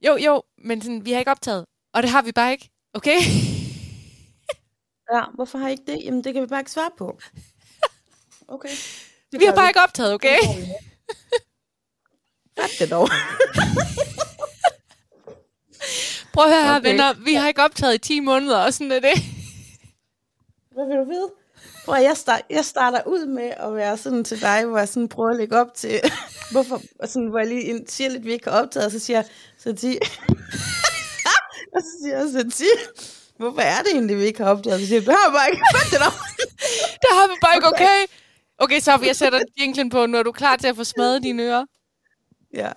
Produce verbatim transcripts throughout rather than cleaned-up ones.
Jo, jo, men sådan, vi har ikke optaget. Og det har vi bare ikke, okay? Ja, hvorfor har I ikke det? Jamen, det kan vi bare ikke svare på. Okay. Det vi har bare vi. ikke optaget, okay? Fat det dog. Prøv at høre her, okay. venner. Vi har ikke optaget i ti måneder, og sådan er det. Hvad vil du vide? Prøv at jeg, start, jeg starter ud med at være sådan til dig, hvor jeg sådan prøver at lægge op til, hvorfor, sådan, hvor jeg lige siger lidt, vi ikke har optaget, og så siger jeg, Sati, og så siger jeg, Sati, hvorfor er det egentlig, vi ikke har optaget? Og så siger jeg, det har vi bare ikke. det, det har vi bare ikke, okay? Okay, så jeg sætter jinglen på, nu er du klar til at få smadret dine ører? Ja.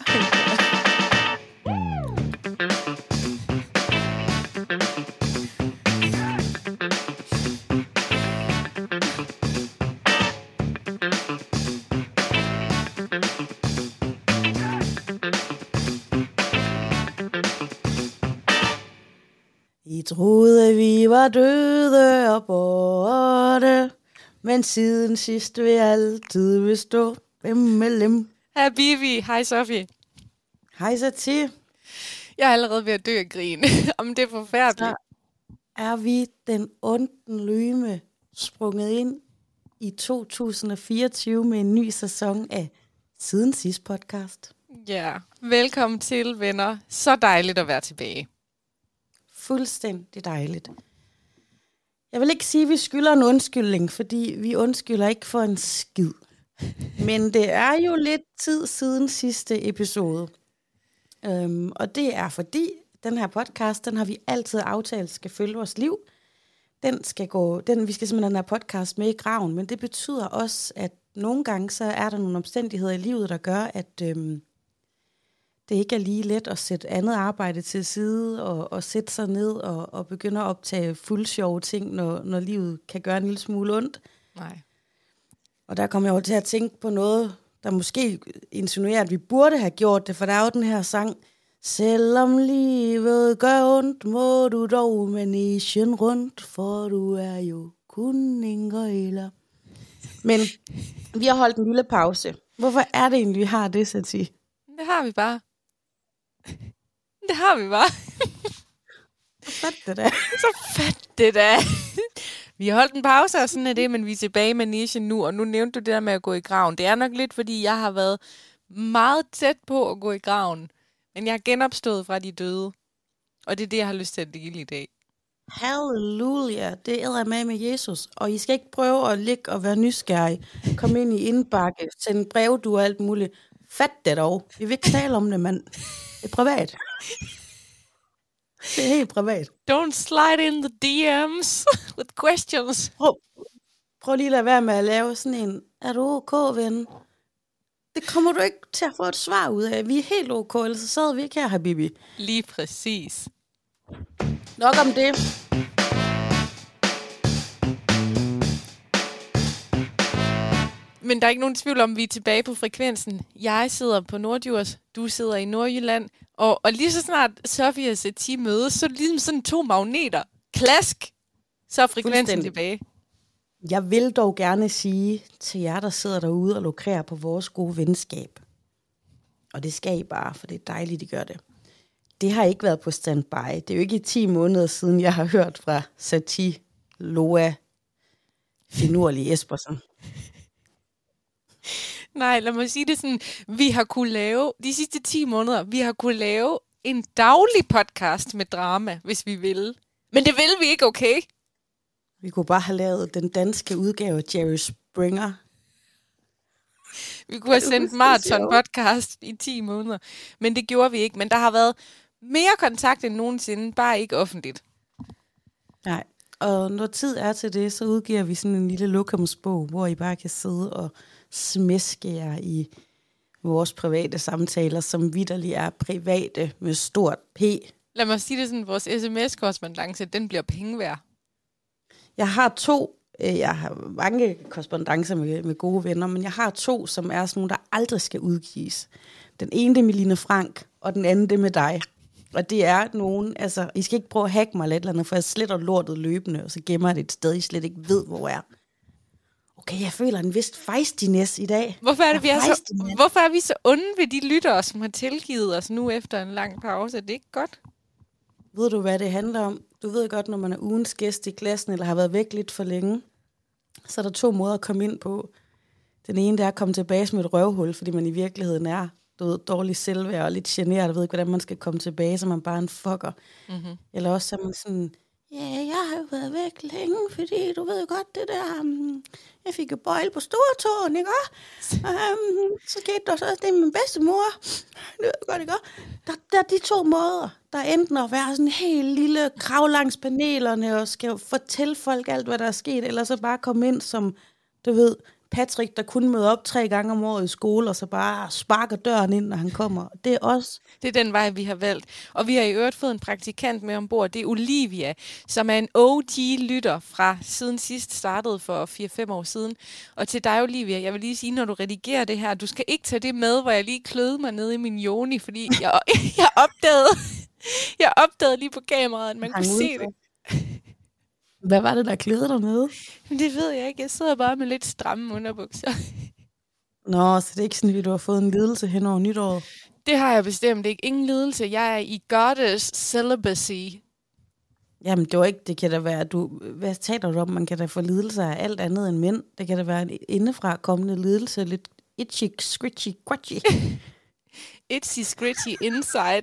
I troede, vi var døde og borte, men siden sidst vil altid bestå. M L M. Hej Bibi, hej Sofie. Hej Sati. Jeg er allerede ved at dø af grin. Om det er forfærdeligt. Så er vi den onden lyme sprunget ind i to tusind og fireogtyve med en ny sæson af Siden Sidst podcast. Ja, velkommen til, venner. Så dejligt at være tilbage. Fuldstændig dejligt. Jeg vil ikke sige, at vi skylder en undskyldning, fordi vi undskylder ikke for en skid. Men det er jo lidt tid siden sidste episode. Øhm, og det er fordi, den her podcast, den har vi altid aftalt skal følge vores liv. Den skal gå, den, vi skal simpelthen have podcast med i graven, men det betyder også, at nogle gange så er der nogle omstændigheder i livet, der gør, at øhm, det ikke er lige let at sætte andet arbejde til side og, og sætte sig ned og, og begynde at optage fuld sjove ting, når, når livet kan gøre en lille smule ondt. Nej. Og der kommer jeg over til at tænke på noget, der måske insinuerer, at vi burde have gjort det, for der er jo den her sang, selvom livet gør ondt, må du dog managen rundt, for du er jo kun en gøjler. Men vi har holdt en lille pause. Hvorfor er det egentlig, vi har det, Sati? Det har vi bare. Det har vi bare. Så fat det da. Så fat det da. Vi har holdt en pause, og sådan er det, men vi er tilbage med nichen nu, og nu nævnte du det der med at gå i graven. Det er nok lidt, fordi jeg har været meget tæt på at gå i graven, men jeg har genopstået fra de døde, og det er det, jeg har lyst til at dele i dag. Halleluja, det er med med Jesus, og I skal ikke prøve at ligge og være nysgerrige. Kom ind i indbakke, send brev, du og alt muligt. Fat det dog. Vi vil ikke tale om det, mand. Det er privat. Det er helt privat. Don't slide in the D M's with questions. Prøv, prøv lige at lade være med at lave sådan en, er du ok, ven? Det kommer du ikke til at få et svar ud af. Vi er helt ok, ellers så sad vi ikke her, Habibi. Lige præcis. Nok om det. Men der er ikke nogen tvivl om, at vi er tilbage på frekvensen. Jeg sidder på Nordjurs, du sidder i Nordjylland, og, og lige så snart Sofie og Sati mødes, så er det ligesom sådan to magneter. Klask! Så er frekvensen tilbage. Jeg vil dog gerne sige til jer, der sidder derude og lukrerer på vores gode venskab, og det skal I bare, for det er dejligt, I gør det. Det har ikke været på standby. Det er jo ikke ti måneder siden, jeg har hørt fra Sati, Loa, Finurlig Espersen. Nej, lad mig sige det sådan. Vi har kunne lave, de sidste ti måneder, vi har kunne lave en daglig podcast med drama, hvis vi ville. Men det vil vi ikke, okay? Vi kunne bare have lavet den danske udgave af Jerry Springer. Vi kunne have sendt maraton podcast i ti måneder. Men det gjorde vi ikke. Men der har været mere kontakt end nogensinde, bare ikke offentligt. Nej, og når tid er til det, så udgiver vi sådan en lille lokumsbog, hvor I bare kan sidde og smæske jer i vores private samtaler, som vitterligt er private med stort P. Lad mig sige det sådan, vores sms-korrespondance, den bliver penge værd. Jeg har to, jeg har mange korrespondancer med, med gode venner, men jeg har to, som er sådan nogle, der aldrig skal udgives. Den ene, det er med Line Frank, og den anden, det er med dig. Og det er nogen, altså, I skal ikke prøve at hacke mig eller et eller andet, for jeg sletter lortet løbende, og så gemmer jeg det et sted, I slet ikke ved, hvor jeg er. Okay, jeg føler en vis feistiness i dag. Hvorfor er, det, vi er så, hvorfor er vi så onde ved de lyttere, som har tilgivet os nu efter en lang pause? Er det ikke godt? Ved du, hvad det handler om? Du ved godt, når man er ugens gæst i klassen, eller har været væk lidt for længe, så er der to måder at komme ind på. Den ene, det er at komme tilbage som et røvhul, fordi man i virkeligheden er du ved, dårlig selvværd og lidt generet, og ved ikke, hvordan man skal komme tilbage, så man bare er en fucker. Mm-hmm. Eller også så er man sådan, ja, yeah, jeg har jo været væk længe, fordi du ved godt det der, um, jeg fik jo bøjle på stortåen, ikke? Um, så skete der så også det med min bedstemor. Det ved jeg godt, ikke? Der, der er de to måder, der enten at være sådan en helt lille krav langs panelerne, og skal fortælle folk alt, hvad der er sket, eller så bare komme ind som, du ved, Patrick, der kun møder op tre gange om året i skole, og så bare sparker døren ind, når han kommer. Det er os. Det er den vej, vi har valgt. Og vi har i øvrigt fået en praktikant med ombord. Det er Olivia, som er en O G-lytter fra siden sidst startede for fire fem år siden. Og til dig, Olivia, jeg vil lige sige, når du redigerer det her, du skal ikke tage det med, hvor jeg lige kløede mig nede i min joni, fordi jeg, jeg opdagede, jeg opdagede lige på kameraet, at man kunne se det. Hvad var det, der klædede dig nede? Det ved jeg ikke. Jeg sidder bare med lidt stramme underbukser. Nå, så det er ikke sådan, at du har fået en lidelse hen over nytåret? Det har jeg bestemt ikke. Ingen lidelse. Jeg er i goddess celibacy. Jamen, det var ikke, det kan da være, du, hvad taler du om? Man kan da få lidelser af alt andet end mænd. Det kan da være en indefra kommende lidelse, lidt itchy, scritchy, quatchy. Itchy, scritchy inside.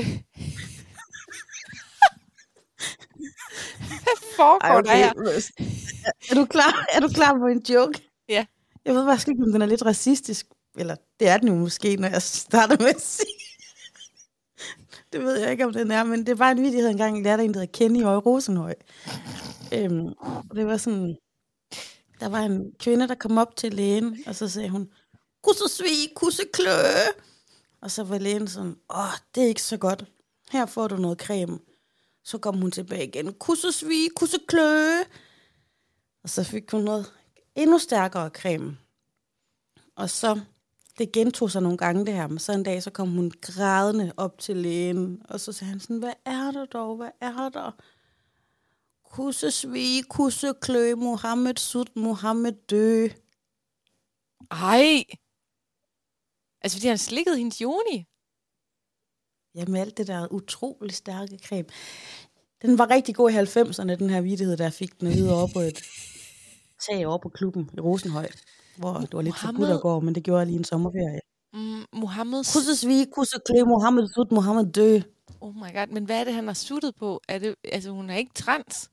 Hvad foregår Ej, okay. der her? Er du klar? Er du klar på en joke? Ja. Jeg ved faktisk ikke, om den er lidt racistisk. Eller det er den jo måske, når jeg starter med at sige. Det ved jeg ikke, om den er, men det var en vidighed engang, jeg lærte en, der hedder Kenny Høj Rosenhøj. Øhm, og det var sådan, der var en kvinde, der kom op til lægen, og så sagde hun, kussesvig, kusseklø. Og så var lægen sådan, åh, det er ikke så godt. Her får du noget creme. Så kom hun tilbage igen. Kussesvig, kusseklø. Og så fik hun noget endnu stærkere creme. Og så, det gentog sig nogle gange det her, men så en dag, så kom hun grædende op til lægen. Og så sagde han sådan, hvad er der dog, hvad er der? Kussesvig, kusseklø, Mohammed sut, Mohammed dø. Ej. Altså, fordi han slikkede hendes joni. Jamen alt det der utrolig stærke creme. Den var rigtig god i halvfemserne, den her vittighed, der fik den at vide over på et tag over på klubben i Rosenhøj, hvor det var lidt forbudt at gå, men det gjorde jeg lige en sommerferie. Mm, Mohammed... Kussesvig, kusseklæ, Mohammed sut, Mohammed dø. Oh my god, men hvad er det, han har suttet på? Er det, altså, hun er ikke trans?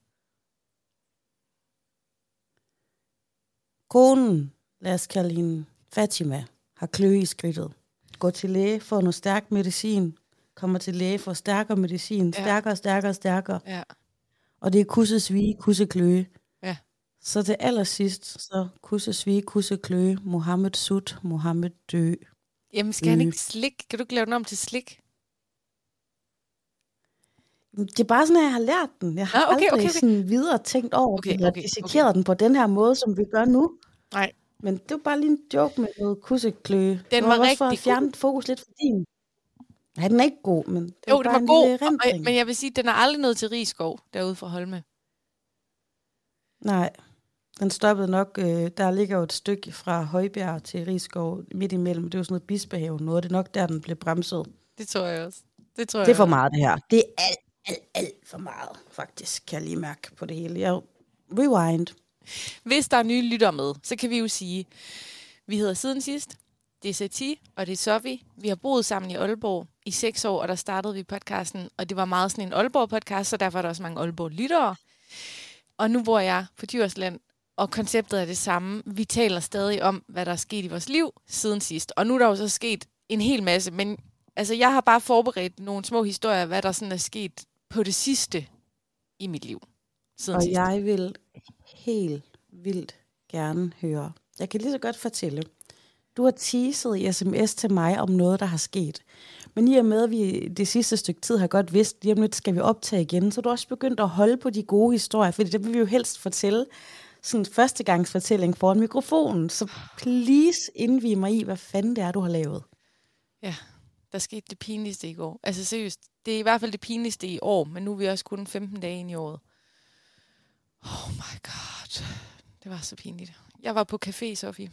Konen, lad os kalde hende Fatima, har kløe i skridtet. Går til læge, får noget stærk medicin, kommer til læge, får stærkere medicin, ja. stærkere, stærkere, stærkere. Ja. Og det er kussesvige, kussekløe. Ja. Så til allersidst, så kussesvige, kussekløe, Mohammed sut, Mohammed dø. Jamen, skal han ikke slik? Kan du ikke lave den om til slik? Det er bare sådan, at jeg har lært den. Jeg har ah, okay, aldrig okay, okay. sådan videre tænkt over, okay, okay, at dissekere okay. den på den her måde, som vi gør nu. Nej. Men det var bare lige en joke med noget kussekløe. Den var, var rigtig for at fjerne fokus lidt for din. Nej, den er ikke god, men det jo, var det bare var god, og, men jeg vil sige, at den er aldrig nået til Rigskov, derude fra Holme. Nej, den stoppede nok. Øh, der ligger jo et stykke fra Højbjerg til Rigskov midt imellem. Det er jo sådan noget Bispehave noget. Det er nok der, den blev bremset. Det tror jeg også. Det, tror jeg det er for også. meget, det her. Det er alt, alt, alt for meget, faktisk, kan jeg lige mærke på det hele. Jeg rewind. Hvis der er nye lytter med, så kan vi jo sige, vi hedder siden sidst. Det er Sati, og det er Sofie. Vi har boet sammen i Aalborg i seks år, og der startede vi podcasten, og det var meget sådan en Aalborg-podcast, så derfor er der også mange Aalborg-lyttere. Og nu bor jeg på Djursland, og konceptet er det samme. Vi taler stadig om, hvad der er sket i vores liv siden sidst. Og nu er der jo så sket en hel masse, men altså, jeg har bare forberedt nogle små historier, hvad der sådan er sket på det sidste i mit liv siden og sidst. Jeg vil helt vildt gerne høre. Jeg kan lige så godt fortælle. Du har teaset i sms til mig om noget, der har sket. Men i og med, at vi det sidste stykke tid har godt vidst, lige om lidt skal vi optage igen, så er du også begyndt at holde på de gode historier, for det vil vi jo helst fortælle. Sådan en førstegangsfortælling foran mikrofonen. Så please indvig mig i, hvad fanden det er, du har lavet. Ja, der skete det pinligste i går. Altså seriøst, det er i hvert fald det pinligste i år, men nu er vi også kun femten dage ind i året. Oh my god, det var så pinligt. Jeg var på café, Sofie.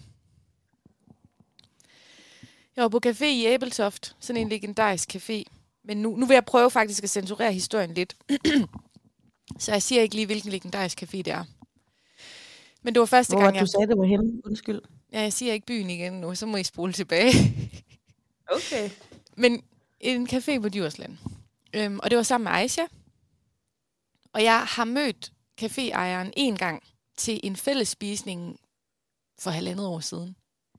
Jeg var på café i Ebeltoft, sådan en legendarisk café. Men nu, nu vil jeg prøve faktisk at censurere historien lidt. Så jeg siger ikke lige, hvilken legendarisk café det er. Men det var første Hvor gang, du jeg... sagde, det var henne? Undskyld. Ja, jeg siger ikke byen igen nu, så må I spole tilbage. Okay. Men en café på Djursland. Øhm, og det var sammen med Aisha. Og jeg har mødt caféejeren en gang til en fællesspisning for halvandet år siden.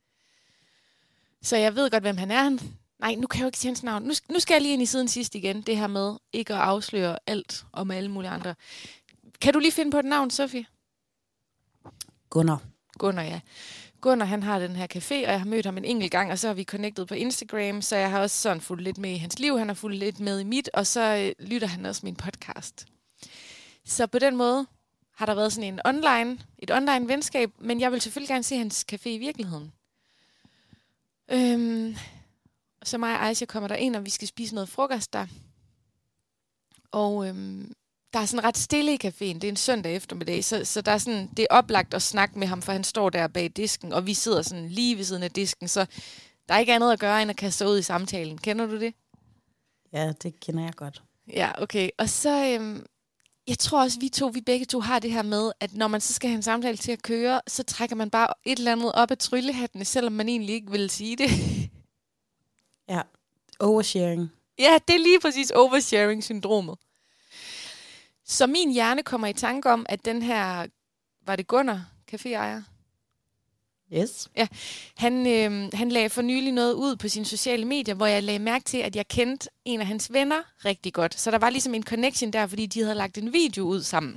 Så jeg ved godt, hvem han er. Han... Nej, nu kan jeg jo ikke sige hans navn. Nu, nu skal jeg lige ind i siden sidst igen. Det her med ikke at afsløre alt om alle mulige andre. Kan du lige finde på et navn, Sofie? Gunnar. Gunnar, ja. Gunnar, han har den her café, og jeg har mødt ham en enkelt gang, og så har vi connectet på Instagram, så jeg har også sådan fulgt lidt med i hans liv, han har fulgt lidt med i mit, og så øh, lytter han også min podcast. Så på den måde har der været sådan en online, et online venskab, men jeg vil selvfølgelig gerne se hans café i virkeligheden. Øhm, så mig og Aisha kommer der ind, og vi skal spise noget frokost der. Og øhm, der er sådan ret stille i caféen. Det er en søndag eftermiddag, så, så der er sådan, det er oplagt at snakke med ham, for han står der bag disken, og vi sidder sådan lige ved siden af disken, så der er ikke andet at gøre, end at kaste sig ud i samtalen. Kender du det? Ja, det kender jeg godt. Ja, okay. Og så, øhm, jeg tror også, vi to, vi begge to har det her med, at når man så skal have en samtale til at køre, så trækker man bare et eller andet op af tryllehattene, selvom man egentlig ikke vil sige det. Ja, oversharing. Ja, det er lige præcis oversharing-syndromet. Så min hjerne kommer i tanke om, at den her, var det Gunnar, caféejer? Yes. Ja, han, øh, han lagde for nylig noget ud på sine sociale medier, hvor jeg lagde mærke til, at jeg kendte en af hans venner rigtig godt. Så der var ligesom en connection der, fordi de havde lagt en video ud sammen.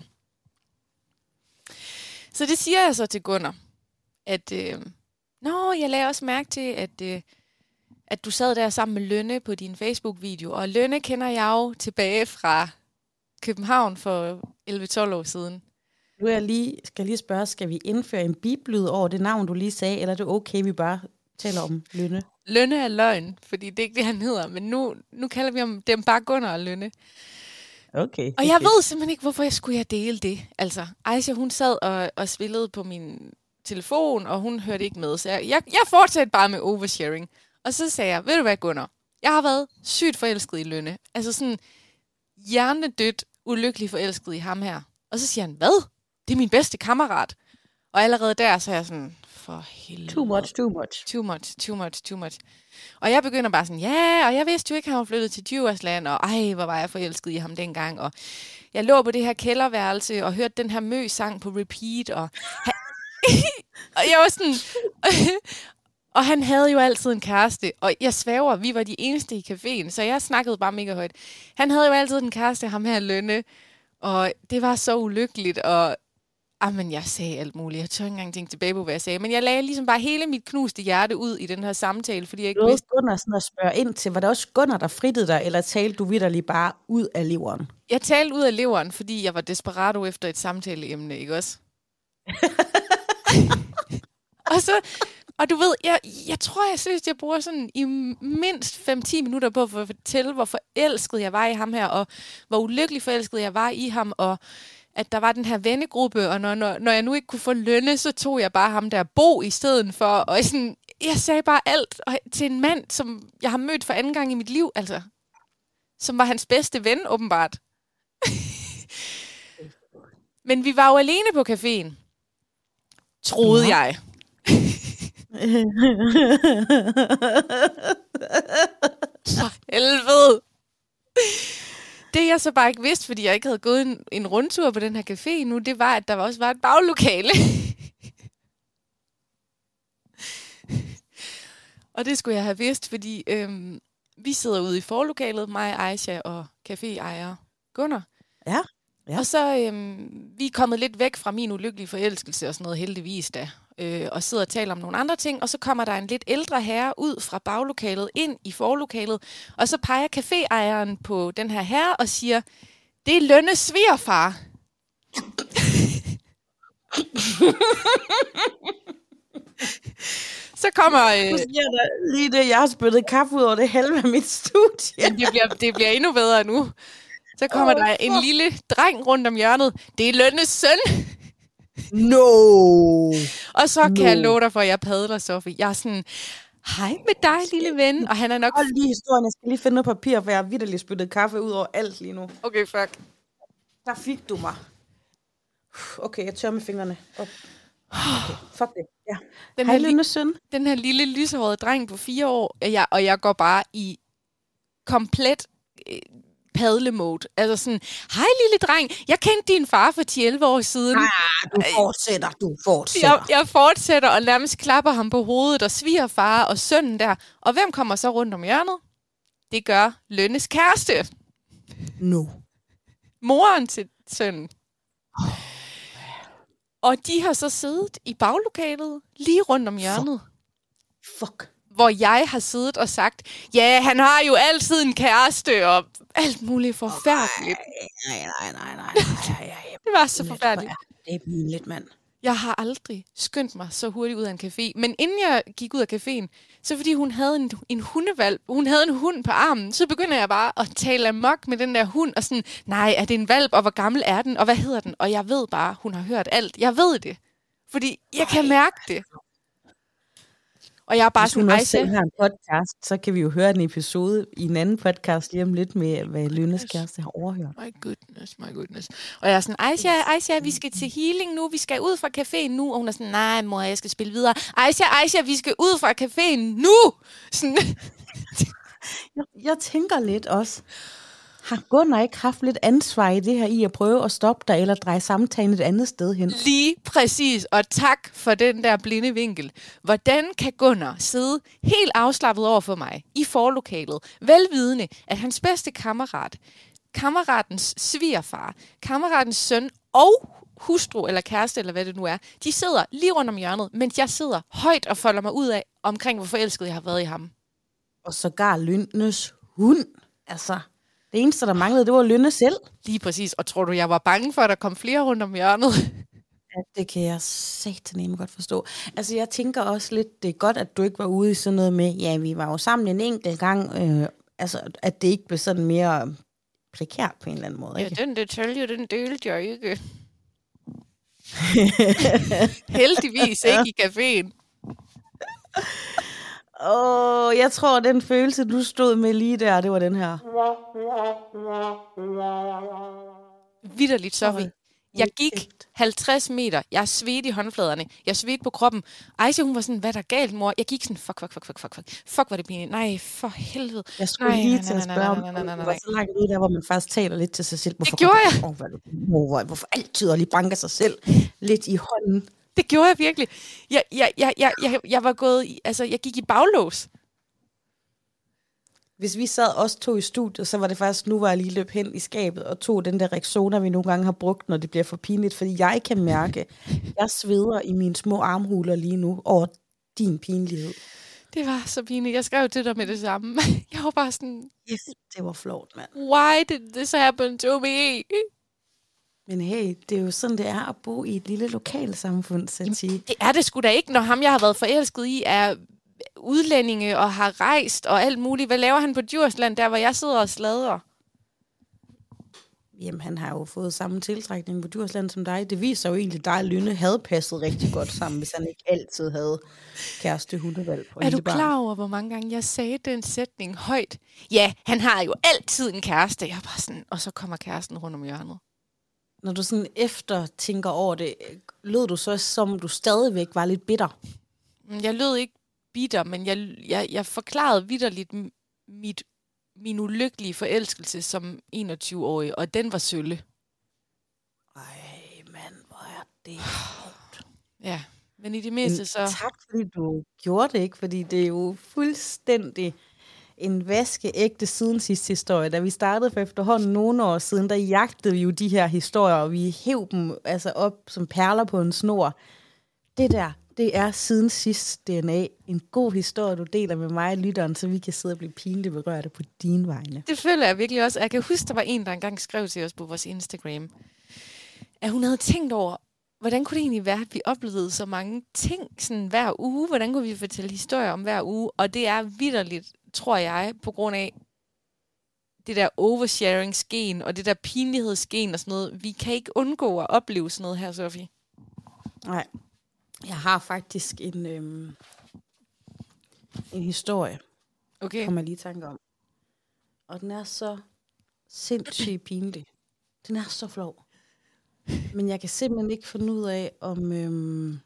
Så det siger jeg så til Gunnar, at øh, nå, jeg lagde også mærke til, at, øh, at du sad der sammen med Lønne på din Facebook-video. Og Lønne kender jeg jo tilbage fra København for elleve tolv år siden. Nu er jeg lige, skal jeg lige spørge, skal vi indføre en biblyd over det navn, du lige sagde, eller er det okay, vi bare taler om Lønne? Lønne er løgn, fordi det er ikke det, han hedder, men nu, nu kalder vi ham dem bare Gunnar og Lønne. Okay. Og jeg ved simpelthen ikke, hvorfor jeg skulle jeg dele det. Altså, Aisha, hun sad og, og spillede på min telefon, og hun hørte ikke med, så jeg, jeg, jeg fortsatte bare med oversharing. Og så sagde jeg, ved du hvad, Gunnar? Jeg har været sygt forelsket i Lønne. Altså sådan hjernedødt, ulykkelig forelsket i ham her. Og så siger han, hvad? Det er min bedste kammerat. Og allerede der, så er jeg sådan, for helvede. Too much, too much. Too much, too much, too much. Og jeg begynder bare sådan, ja, og jeg vidste jo ikke, at han var flyttet til Djursland, og ej, hvor var jeg forelsket i ham dengang. Og jeg lå på det her kælderværelse, og hørte den her Mø-sang på repeat, og, han, og jeg var sådan... Og han havde jo altid en kæreste, og jeg svæver, vi var de eneste i caféen, så jeg snakkede bare mega højt. Han havde jo altid en kæreste, ham her Lønne, og det var så ulykkeligt, og jamen, jeg sagde alt muligt. Jeg tør ikke engang tænke tilbage på, hvad jeg sagde, men jeg lagde ligesom bare hele mit knuste hjerte ud i den her samtale, fordi jeg ikke vidste... vidste... Gunnar sådan at spørge ind til, var det også Gunnar, der frittede dig, eller talte du vitterligt bare ud af leveren? Jeg talte ud af leveren, fordi jeg var desperado efter et samtaleemne, ikke også? og så... Og du ved, jeg, jeg tror, jeg synes, jeg bruger sådan i mindst fem til ti minutter på for at fortælle, hvor forelsket jeg var i ham her, og hvor ulykkelig forelsket jeg var i ham, og at der var den her vennegruppe, og når, når, når jeg nu ikke kunne få Lønne, så tog jeg bare ham der Bo i stedet for, og sådan, jeg sagde bare alt og, til en mand, som jeg har mødt for anden gang i mit liv, altså, som var hans bedste ven, åbenbart. Men vi var jo alene på caféen, troede ja. jeg. For helvede. Det jeg så bare ikke vidste, fordi jeg ikke havde gået en, en rundtur på den her café nu, det var, at der også var et baglokale. Og det skulle jeg have vidst, fordi øhm, vi sidder ude i forlokalet, mig, Aisha og caféejer Gunnar. Ja. Ja. Og så øhm, vi er kommet lidt væk fra min ulykkelige forelskelse og sådan noget, heldigvis da. Øh, og sidder og taler om nogle andre ting, og så kommer der en lidt ældre herre ud fra baglokalet ind i forlokalet, og så peger caféejeren på den her herre og siger, det er Lønnes svigerfar. Så kommer... Øh, nu siger der lige det, jeg har spyttet kaffe ud over det halve af mit studie. det, bliver, det bliver endnu bedre nu. Så kommer oh, der en lille dreng rundt om hjørnet. Det er Lønnes søn. No! Og så kan no. jeg love dig for, at jeg padler, Sofie. Jeg er sådan, hej med dig, lille ven. Og han er nok... Hold lige historien, jeg skal lige finde noget papir, for jeg har vitterligt spyttet kaffe ud over alt lige nu. Okay, fuck. Der fik du mig. Okay, jeg tør med fingrene op. Okay, fuck det. Ja. Den Hej, her, lille søn. Den her lille lyshårede dreng på fire år, og jeg, og jeg går bare i komplet øh, padlemode. Altså sådan, hej lille dreng, jeg kendte din far for ti til elleve år siden. Ah, du fortsætter, du fortsætter. Jeg, jeg fortsætter og nærmest klapper ham på hovedet og svigerfar og sønnen der. Og hvem kommer så rundt om hjørnet? Det gør Lønnes kæreste. No. Moren til sønnen. Og de har så siddet i baglokalet, lige rundt om hjørnet. Fuck. Fuck. Hvor jeg har siddet og sagt, ja, han har jo altid en kæreste, og alt muligt forfærdeligt. Nej, nej, nej, nej, nej. Det var så forfærdeligt. Det er pinligt, mand. Jeg har aldrig skyndt mig så hurtigt ud af en café. Men inden jeg gik ud af caféen, så fordi hun havde en, en hundevalp, hun havde en hund på armen, så begynder jeg bare at tale amok med den der hund, og sådan, nej, er det en valp, og hvor gammel er den, og hvad hedder den? Og jeg ved bare, hun har hørt alt. Jeg ved det. Fordi jeg kan mærke det. Og jeg er bare Hvis sådan, hun også Aisha, selv har en podcast, så kan vi jo høre en episode i en anden podcast lige om lidt med, hvad Lønnes kæreste har overhørt. My goodness, my goodness. Og jeg er sådan, Aisha, Aisha, vi skal til healing nu, vi skal ud fra caféen nu. Og hun er sådan, nej mor, jeg skal spille videre. Aisha, Aisha, vi skal ud fra caféen nu! Sådan. Jeg, jeg tænker lidt også, har Gunnar ikke haft lidt ansvar i det her i at prøve at stoppe dig, eller dreje samtalen et andet sted hen? Lige præcis, og tak for den der blinde vinkel. Hvordan kan Gunnar sidde helt afslappet over for mig i forlokalet, velvidende, at hans bedste kammerat, kammeratens svigerfar, kammeratens søn og hustru eller kæreste, eller hvad det nu er, de sidder lige rundt om hjørnet, mens jeg sidder højt og folder mig ud af, omkring hvor forelsket jeg har været i ham. Og sågar Lønnes hund. Altså, det eneste, der manglede, det var Lønne selv. Lige præcis, og tror du, jeg var bange for, at der kom flere rundt om hjørnet? Ja, det kan jeg sataneme godt forstå. Altså, jeg tænker også lidt, det er godt, at du ikke var ude i sådan noget med, ja, vi var jo sammen en enkelt gang, øh, altså, at det ikke blev sådan mere prekært på en eller anden måde, ikke? Ja, den detalje, den delte jeg ikke. Heldigvis ikke i caféen. Åh, oh, jeg tror, den følelse, du stod med lige der, det var den her. Vitterligt, Sofie. Jeg gik halvtreds meter. Jeg svedte i håndfladerne. Jeg svedte på kroppen. Aisha, hun var sådan, hvad der er galt, mor? Jeg gik sådan, fuck, fuck, fuck, fuck, fuck, fuck. Fuck, var det pinligt. Nej, for helvede. Jeg skulle nej, lige nej, til at nej, spørge, nej, nej, nej, nej, om nej, du var så langt ude der, hvor man faktisk taler lidt til sig selv. Hvorfor det gjorde jeg. Oh, hvor, hvorfor altid at lige banke sig selv lidt i hånden? Det gjorde jeg virkelig. Jeg, jeg, jeg, jeg, jeg, jeg var gået i, altså, jeg gik i baglås. Hvis vi sad os to i studiet, så var det faktisk nu, hvor jeg lige løb hen i skabet og tog den der Rexona, vi nogle gange har brugt, når det bliver for pinligt. Fordi jeg kan mærke, jeg sveder i mine små armhuler lige nu over din pinlighed. Det var så pinligt. Jeg skrev til dig med det samme. Jeg var bare sådan... Yes, det var flot, mand. Why did this happen to me? Men hey, det er jo sådan, det er at bo i et lille lokalsamfund, så at sige. Det er det sgu da ikke, når ham, jeg har været forelsket i, er udlændinge og har rejst og alt muligt. Hvad laver han på Djursland, der hvor jeg sidder og sladrer? Jamen, han har jo fået samme tiltrækning på Djursland som dig. Det viser jo egentlig, at dig og Lynne havde passet rigtig godt sammen, hvis han ikke altid havde kæreste hundevalg på. Er du klar over, hvor mange gange jeg sagde den sætning højt? Ja, han har jo altid en kæreste. Jeg bare sådan, og så kommer kæresten rundt om hjørnet. Når du sådan efter tænker over det, lød du så, som du stadigvæk var lidt bitter? Jeg lød ikke bitter, men jeg, jeg, jeg forklarede vitterligt mit, min ulykkelige forelskelse som enogtyve-årig, og den var sølle. Ej, mand, hvor er det hårdt. Ja, men i det mindste så... Tak, fordi du gjorde det, ikke? Fordi det er jo fuldstændig en vaskeægte siden sidste historie. Da vi startede for efterhånden nogle år siden, der jagtede vi jo de her historier, og vi hæv dem altså op som perler på en snor. Det der, det er siden sidst D N A. En god historie, du deler med mig og lytteren, så vi kan sidde og blive pinligt berørte på dine vegne. Det føler jeg virkelig også. Jeg kan huske, der var en, der engang skrev til os på vores Instagram, at hun havde tænkt over, hvordan kunne det egentlig være, at vi oplevede så mange ting sådan hver uge? Hvordan kunne vi fortælle historier om hver uge? Og det er vitterligt, tror jeg, på grund af det der oversharing-sken og det der pinlighedsgen og sådan noget. Vi kan ikke undgå at opleve sådan noget her, Sofie. Nej. Jeg har faktisk en, øhm, en historie, Okay. kommer jeg lige i tanke om. Og den er så sindssygt pinlig. Den er så flov. Men jeg kan simpelthen ikke finde ud af, om, øhm,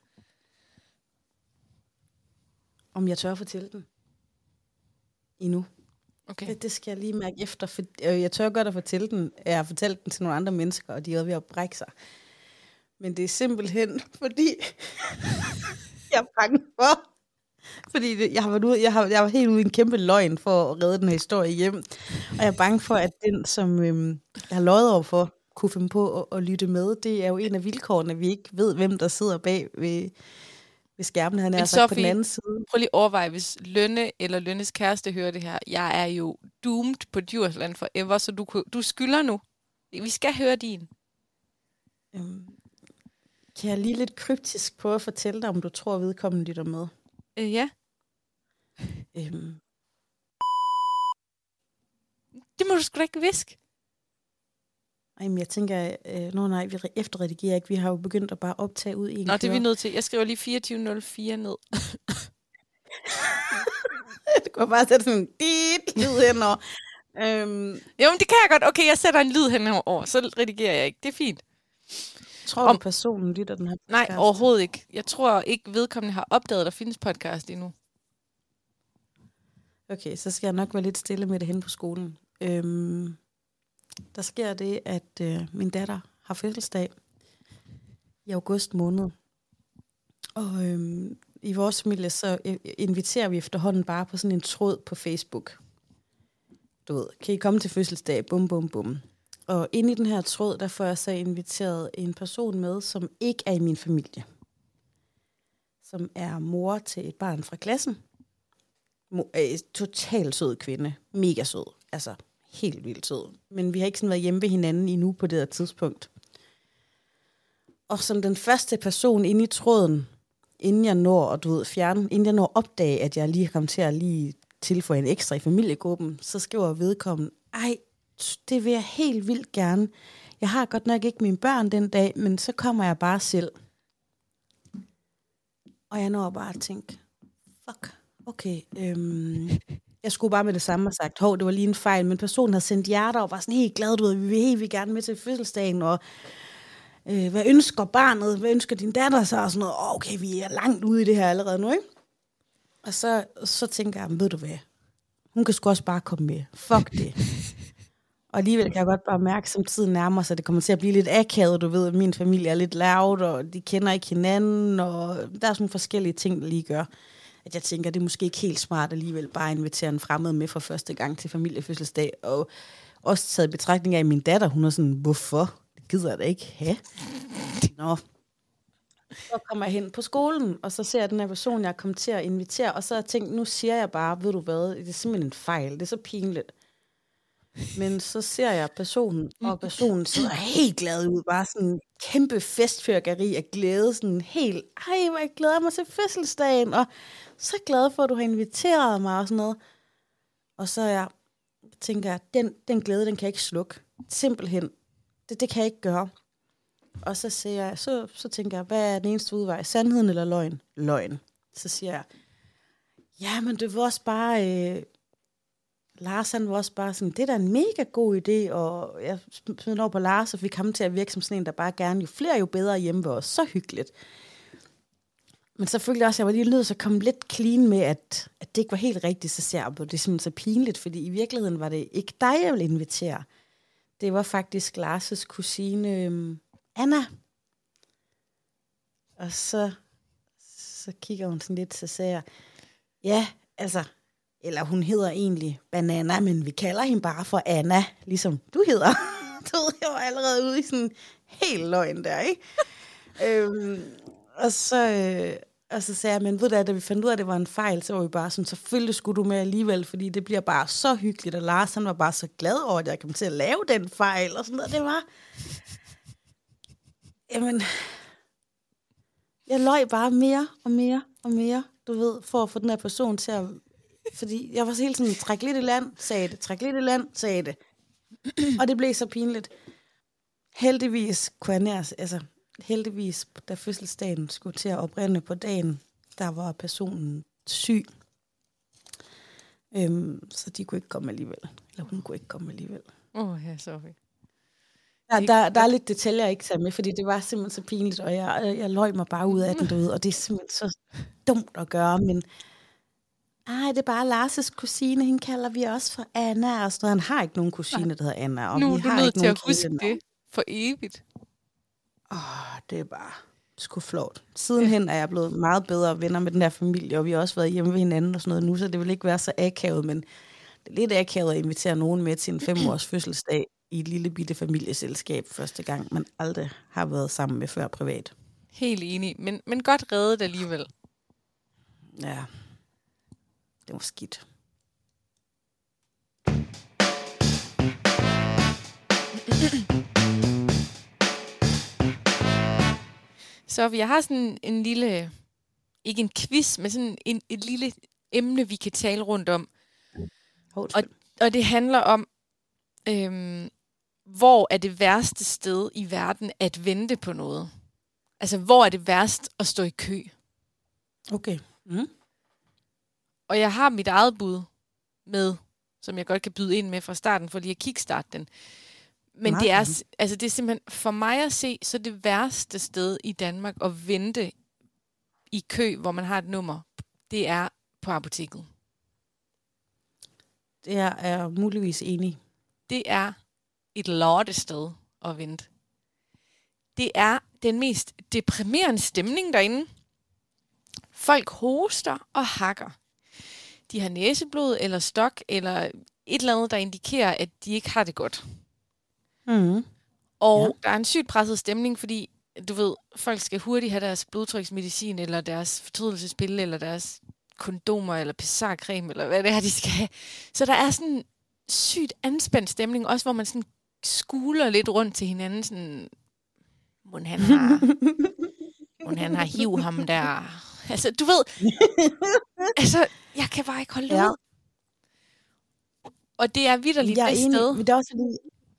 om jeg tør fortælle den endnu. Okay. Det, det skal jeg lige mærke efter. For, øh, jeg tør godt at fortælle den. Jeg har fortalt den til nogle andre mennesker, og de er ved at brække sig. Men det er simpelthen, fordi jeg er bange for. Fordi det, jeg, har været ude, jeg, har, jeg var helt ude i en kæmpe løgn for at redde den her historie hjem. Og jeg er bange for, at den, som øhm, jeg har løjet over for, kunne finde på at, at lytte med. Det er jo en af vilkårene, vi ikke ved, hvem der sidder bag ved, ved skærmen. Han er Men altså Sofie, på den anden side. Prøv lige at overveje, hvis Lønne eller Lønnes kæreste hører det her. Jeg er jo doomed på Djursland forever, så du, du skylder nu. Vi skal høre din. Øhm, kan jeg lige lidt kryptisk prøve at fortælle dig, om du tror, vedkommende lytter med? Øh, ja. Øhm, Det må du sgu da ikke viske. ej, men jeg tænker, øh, nå nej, vi efterredigerer ikke. Vi har jo begyndt at bare optage ud i en Nå, det er vi køre. nødt til. Jeg skriver lige fireogtyve nul fire ned. Det kunne bare sætte sådan en dit lyd henover. Øhm, Jo, men det kan jeg godt. Okay, jeg sætter en lyd henover, så redigerer jeg ikke. Det er fint. tror Om- du, personen lytter den her Nej, podcast? overhovedet ikke. Jeg tror ikke, vedkommende har opdaget, at der findes podcast endnu. Okay, så skal jeg nok være lidt stille med det hen på skolen. Øhm, der sker det, at øh, min datter har fødselsdag i august måned. Og øhm, i vores familie, så øh, inviterer vi efterhånden bare på sådan en tråd på Facebook. Du ved, kan I komme til fødselsdag? Bum, bum, bum. Og inde i den her tråd, der får jeg så inviteret en person med, som ikke er i min familie. Som er mor til et barn fra klassen. Mo- øh, totalt sød kvinde. Mega sød. Altså, helt vildt sød. Men vi har ikke sådan været hjemme ved hinanden endnu på det her tidspunkt. Og som den første person inde i tråden, inden jeg når at du ved, fjerne, inden jeg når at opdage, at jeg lige har kommet til at lige tilføje en ekstra i familiegruppen, så skriver vedkommende, ej, det vil jeg helt vildt gerne. Jeg har godt nok ikke mine børn den dag, men så kommer jeg bare selv. Og jeg når bare at tænke, fuck, okay, øhm, jeg skulle bare med det samme have sagt, hov, det var lige en fejl, men personen havde sendt hjerter og var sådan helt glad, du ved, vi vil helt vildt gerne med til fødselsdagen, og øh, hvad ønsker barnet, hvad ønsker din datter så, og sådan noget, oh, okay, vi er langt ude i det her allerede nu, ikke? Og så, så tænker jeg, ved du hvad, hun kan sgu også bare komme med, fuck det. Og alligevel kan jeg godt bare mærke, som tiden nærmer sig, det kommer til at blive lidt akavet, du ved, at min familie er lidt loud, og de kender ikke hinanden, og der er sådan nogle forskellige ting, der lige gør, at jeg tænker, det er måske ikke helt smart alligevel bare at invitere en fremmed med for første gang til familiefødselsdag, og også taget i betragtning af min datter, hun er sådan, hvorfor? Det gider jeg da ikke have. Nå. Så kommer jeg hen på skolen, og så ser jeg den her person, jeg kommer til at invitere, og så har jeg tænkt, nu siger jeg bare, ved du hvad, det er simpelthen en fejl, det er så pinligt. Men så ser jeg personen, og personen sidder helt glad ud, bare sådan en kæmpe festfyrkeri af glæde, sådan helt, ej, hvor jeg glæder mig til fødselsdagen, og så glad for, at du har inviteret mig, og sådan noget. Og så jeg tænker jeg, den, den glæde, den kan jeg ikke slukke. Simpelthen. Det, det kan jeg ikke gøre. Og så siger jeg, så, så tænker jeg, hvad er den eneste udvej? Sandheden eller løgn? Løgn. Så siger jeg, ja, men det var også bare... Øh, Lars, han var også bare sådan, det er da en mega god idé, og jeg smed over på Lars, og fik ham til at virke som sådan en, der bare gerne, jo flere, jo bedre hjemme ved os. Så hyggeligt. Men selvfølgelig også, jeg var lige nødt til at komme lidt clean med, at, at det ikke var helt rigtigt, så ser jeg på. Det er simpelthen så pinligt, fordi i virkeligheden var det ikke dig, jeg ville invitere. Det var faktisk Lars' kusine, øhm, Anna. Og så, så kigger hun sådan lidt, så sagde jeg, ja, altså... Eller hun hedder egentlig Banana, men vi kalder hende bare for Anna, ligesom du hedder. Du ved, jeg var allerede ude i sådan en helt løgn der, ikke? øhm, og, så, øh, og så sagde jeg, men ved du, da vi fandt ud af, at det var en fejl, så var vi bare sådan, selvfølgelig skulle du med alligevel, fordi det bliver bare så hyggeligt, og Lars, han var bare så glad over, at jeg kom til at lave den fejl, og sådan noget. Det var... Jamen... Jeg løj bare mere og mere og mere, du ved, for at få den her person til at... Fordi jeg var så hele sådan, træk lidt i land, sagde det, træk lidt i land, sagde det. Og det blev så pinligt. Heldigvis kunne jeg nær, altså, heldigvis, da fødselsdagen skulle til at oprinde på dagen, der var personen syg. Øhm, så de kunne ikke komme alligevel. Eller hun kunne ikke komme alligevel. Åh, oh, ja, sorry. Ja, der, der er lidt detaljer, jeg ikke tager med, fordi det var simpelthen så pinligt, og jeg, jeg løj mig bare ud af den, du ved, og det er simpelthen så dumt at gøre, men ej, det er bare Lars' kusine, hende kalder vi også for Anna, og sådan noget. Han har ikke nogen kusine, der hedder Anna, og nu vi er du har nødt ikke til nogen at huske kælenavn. det for evigt. Åh, det er bare sgu flot. Sidenhen er jeg blevet meget bedre venner med den der familie, og vi har også været hjemme ved hinanden og sådan noget nu, så det vil ikke være så akavet, men det er lidt akavet at invitere nogen med til en femårs fødselsdag i et lille bitte familieselskab første gang, man aldrig har været sammen med før privat. Helt enig, men, men godt reddet alligevel. Ja, det var skidt. Så jeg har sådan en lille, ikke en quiz, men sådan en, et lille emne, vi kan tale rundt om. Og, og det handler om, øhm, hvor er det værste sted i verden at vente på noget? Altså, hvor er det værst at stå i kø? Okay. Mm. Og jeg har mit eget bud med, som jeg godt kan byde ind med fra starten, for lige at kickstarte den. Men det er, altså det er simpelthen, for mig at se, så det værste sted i Danmark at vente i kø, hvor man har et nummer, det er på apoteket. Det er jeg muligvis enig. Det er et lortested at vente. Det er den mest deprimerende stemning derinde. Folk hoster og hakker. De har næseblod eller stok, eller et eller andet, der indikerer, at de ikke har det godt. Mm. Og ja. der er en sygt presset stemning, fordi du ved, folk skal hurtigt have deres blodtryksmedicin, eller deres fortrydelsespille, eller deres kondomer, eller pessarcreme, eller hvad det er, de skal have. Så der er sådan en sygt anspændt stemning, også hvor man sådan skuler lidt rundt til hinanden, sådan, mon han har, mon han har hiv ham der. Altså, du ved, altså, jeg kan bare ikke holde det ja. ud. Og det er vitterligt det sted. Men det er også fordi...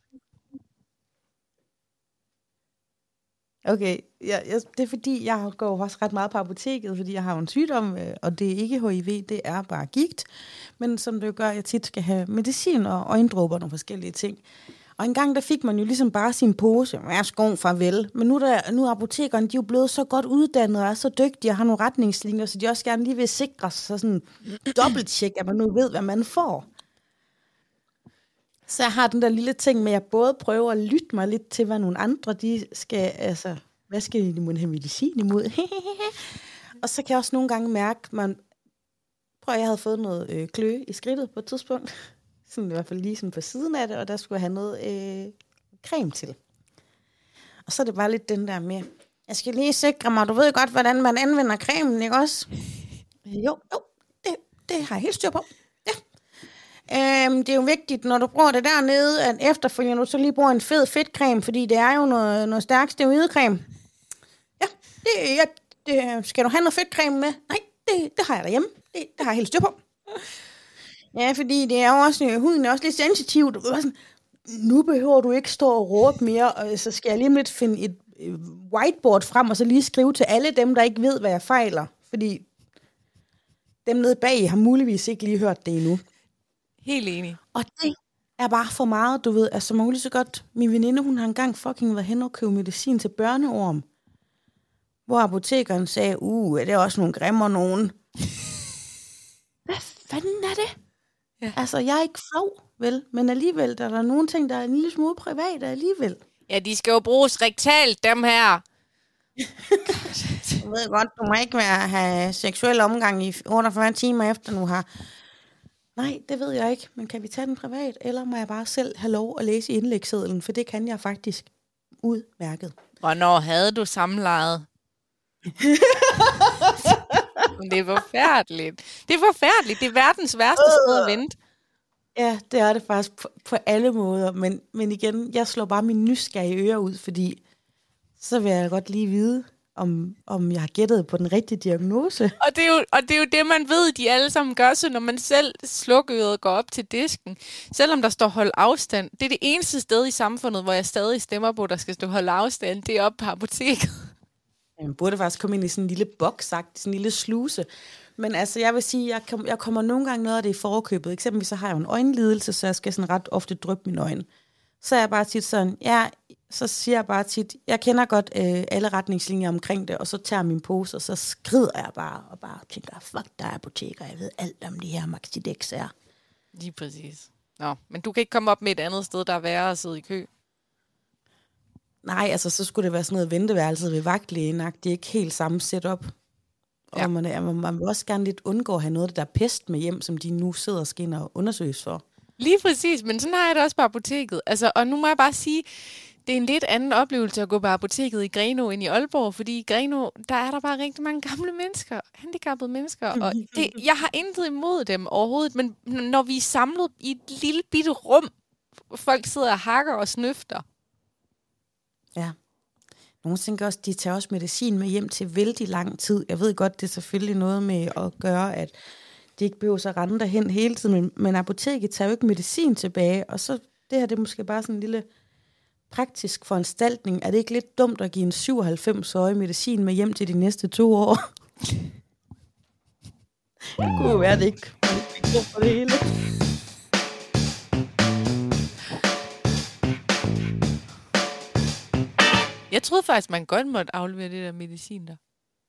Okay, ja, jeg, det er fordi, jeg går også ret meget på apoteket, fordi jeg har en sygdom, og det er ikke H I V, det er bare gigt. Men som det gør, at jeg tit skal have medicin og øjendråber og nogle forskellige ting. Og engang der fik man jo ligesom bare sin pose, værsgo, farvel. Men nu, der, nu er apotekerne, de er jo blevet så godt uddannet og er så dygtige og har nogle retningslinjer, så de også gerne lige vil sikre sig sådan dobbelttjek, at man nu ved, hvad man får. Så jeg har den der lille ting med, at jeg både prøver at lytte mig lidt til, hvad nogle andre, de skal, altså, hvad skal de må have medicin imod? Og så kan jeg også nogle gange mærke, man, prøv at jeg havde fået noget øh, kløe i skridtet på et tidspunkt, sådan i hvert fald lige sådan på siden af det, og der skulle jeg have noget øh, creme til. Og så er det bare lidt den der med, jeg skal lige sikre mig, du ved godt, hvordan man anvender cremen, ikke også? Jo, jo, det, det har jeg helt styr på. Øhm, det er jo vigtigt, når du bruger det dernede, at efterfølgende du så lige bruger en fed fedtcreme, fordi det er jo noget, noget stærk steroidecreme. Ja, det, ja, det, skal du have noget fedtcreme med? Nej, det, det har jeg derhjemme. Det, det har jeg helt styr på. Ja, fordi det er jo også, huden er også lidt sensitiv. Nu behøver du ikke stå og råbe mere, og så skal jeg lige lidt finde et whiteboard frem, og så lige skrive til alle dem, der ikke ved, hvad jeg fejler. Fordi dem nede bag har muligvis ikke lige hørt det endnu. Helt enig. Og det er bare for meget, du ved. Altså, man lige så godt. Min veninde, hun har engang fucking været hen og købe medicin til børneorm. Hvor apotekeren sagde, uh, er det også nogle grimmer nogen? Hvad fanden er det? Ja. Altså, jeg er ikke flov, vel? Men alligevel, der er der nogle ting, der er en lille smule private alligevel. Ja, de skal jo bruges rektalt, dem her. Jeg ved godt, du må ikke være, have seksuel omgang i otteogfyrre timer efter nu har. Nej, det ved jeg ikke, men kan vi tage den privat, eller må jeg bare selv have lov at læse indlægssedlen, for det kan jeg faktisk udmærket. Hvornår havde du samlejet? Det er forfærdeligt. Det er forfærdeligt. Det er verdens værste øh. sted at vente. Ja, det er det faktisk på, på alle måder, men, men igen, jeg slår bare min nysgerrige ører ud, fordi så vil jeg godt lige vide, om, om jeg har gættet på den rigtige diagnose. Og det, er jo, og det er jo det, man ved, de alle sammen gør, så når man selv slukker og går op til disken, selvom der står hold afstand, det er det eneste sted i samfundet, hvor jeg stadig stemmer på, der skal stå hold afstand, det er oppe på apoteket. Man burde faktisk komme ind i sådan en lille boks, sådan en lille sluse. Men altså, jeg vil sige, jeg, kom, jeg kommer nogle gange noget af det i forkøbet. Eksempelvis så har jeg jo en øjenlidelse, så jeg skal sådan ret ofte dryppe mine øjne. Så er jeg bare tit sådan, ja, så siger jeg bare tit, jeg kender godt øh, alle retningslinjer omkring det, og så tager jeg min pose, og så skrider jeg bare, og bare tænker, fuck, der er apoteker, jeg ved alt om de her Maxidex er. Lige præcis. Nå, men du kan ikke komme op med et andet sted, der er værre at sidde i kø? Nej, altså så skulle det være sådan noget venteværelse ved vagtlægen-agtigt, ikke helt samme setup. Ja. Og man, er, man vil også gerne lidt undgå at have noget af det der pest med hjem, som de nu sidder og skal ind og undersøges for. Lige præcis, men sådan har jeg det også på apoteket. Altså, og nu må jeg bare sige, det er en lidt anden oplevelse at gå på apoteket i Grenå end i Aalborg, fordi i Grenå, der er der bare rigtig mange gamle mennesker, handicappede mennesker, og det, jeg har intet imod dem overhovedet, men når vi er samlet i et lille bitte rum, folk sidder og hakker og snøfter. Ja. Nogle tænker også, de tager også medicin med hjem til vældig lang tid. Jeg ved godt, det er selvfølgelig noget med at gøre, at de ikke behøver at rende derhen hele tiden, men, men apoteket tager jo ikke medicin tilbage, og så det her, det er måske bare sådan en lille praktisk foranstaltning. Er det ikke lidt dumt at give en syvoghalvfems-årig medicin med hjem til de næste to år? Det kunne være, det ikke for det hele. Jeg troede faktisk, man godt måtte aflevere det der medicin der.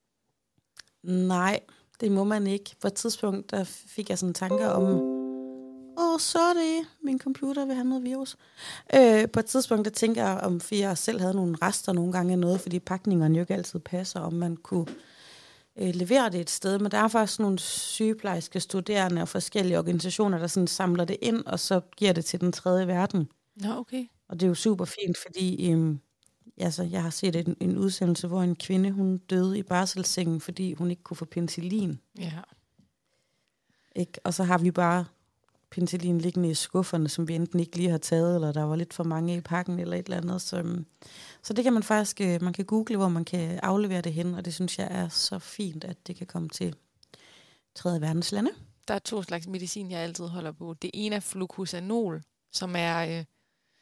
Nej, det må man ikke. På et tidspunkt, der fik jeg sådan tanker om, åh, så er det, min computer vil have noget virus. Øh, på et tidspunkt, der tænker jeg, om jeg selv havde nogle rester nogle gange af noget, fordi pakningerne jo ikke altid passer, om man kunne øh, levere det et sted. Men der er faktisk nogle sygeplejerske studerende og forskellige organisationer, der sådan samler det ind, og så giver det til den tredje verden. Nå, okay. Og det er jo super fint, fordi øh, altså, jeg har set en, en udsendelse, hvor en kvinde, hun døde i barselssengen, fordi hun ikke kunne få penicillin. Ja. Ikke? Og så har vi bare penicillin liggende i skufferne, som vi enten ikke lige har taget, eller der var lidt for mange i pakken, eller et eller andet. Så, så det kan man faktisk, man kan google, hvor man kan aflevere det hen, og det synes jeg er så fint, at det kan komme til tredje verdens lande. Der er to slags medicin, jeg altid holder på. Det ene er flucosanol, som er øh,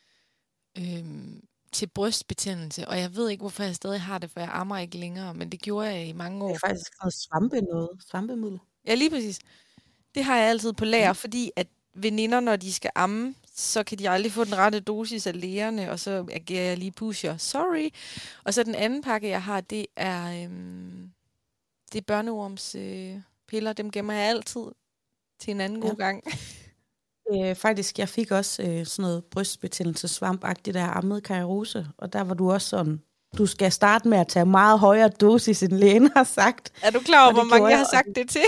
øh, til brystbetændelse, og jeg ved ikke, hvorfor jeg stadig har det, for jeg ammer ikke længere, men det gjorde jeg i mange år. Det er faktisk noget svampe noget, svampemiddel. Ja, lige præcis. Det har jeg altid på lager, fordi at veninder, når de skal amme, så kan de aldrig få den rette dosis af lægerne, og så agerer jeg lige pusher. Sorry. Og så den anden pakke, jeg har, det er, øhm, det er børneorms øh, piller. Dem gemmer jeg altid til en anden ja. god gang. Øh, faktisk, jeg fik også øh, sådan noget brystbetændelse svampagtigt, der ammede kairose, og der var du også sådan, du skal starte med at tage meget højere dosis, end lægen har sagt. Er du klar over, hvor mange jeg har sagt det til?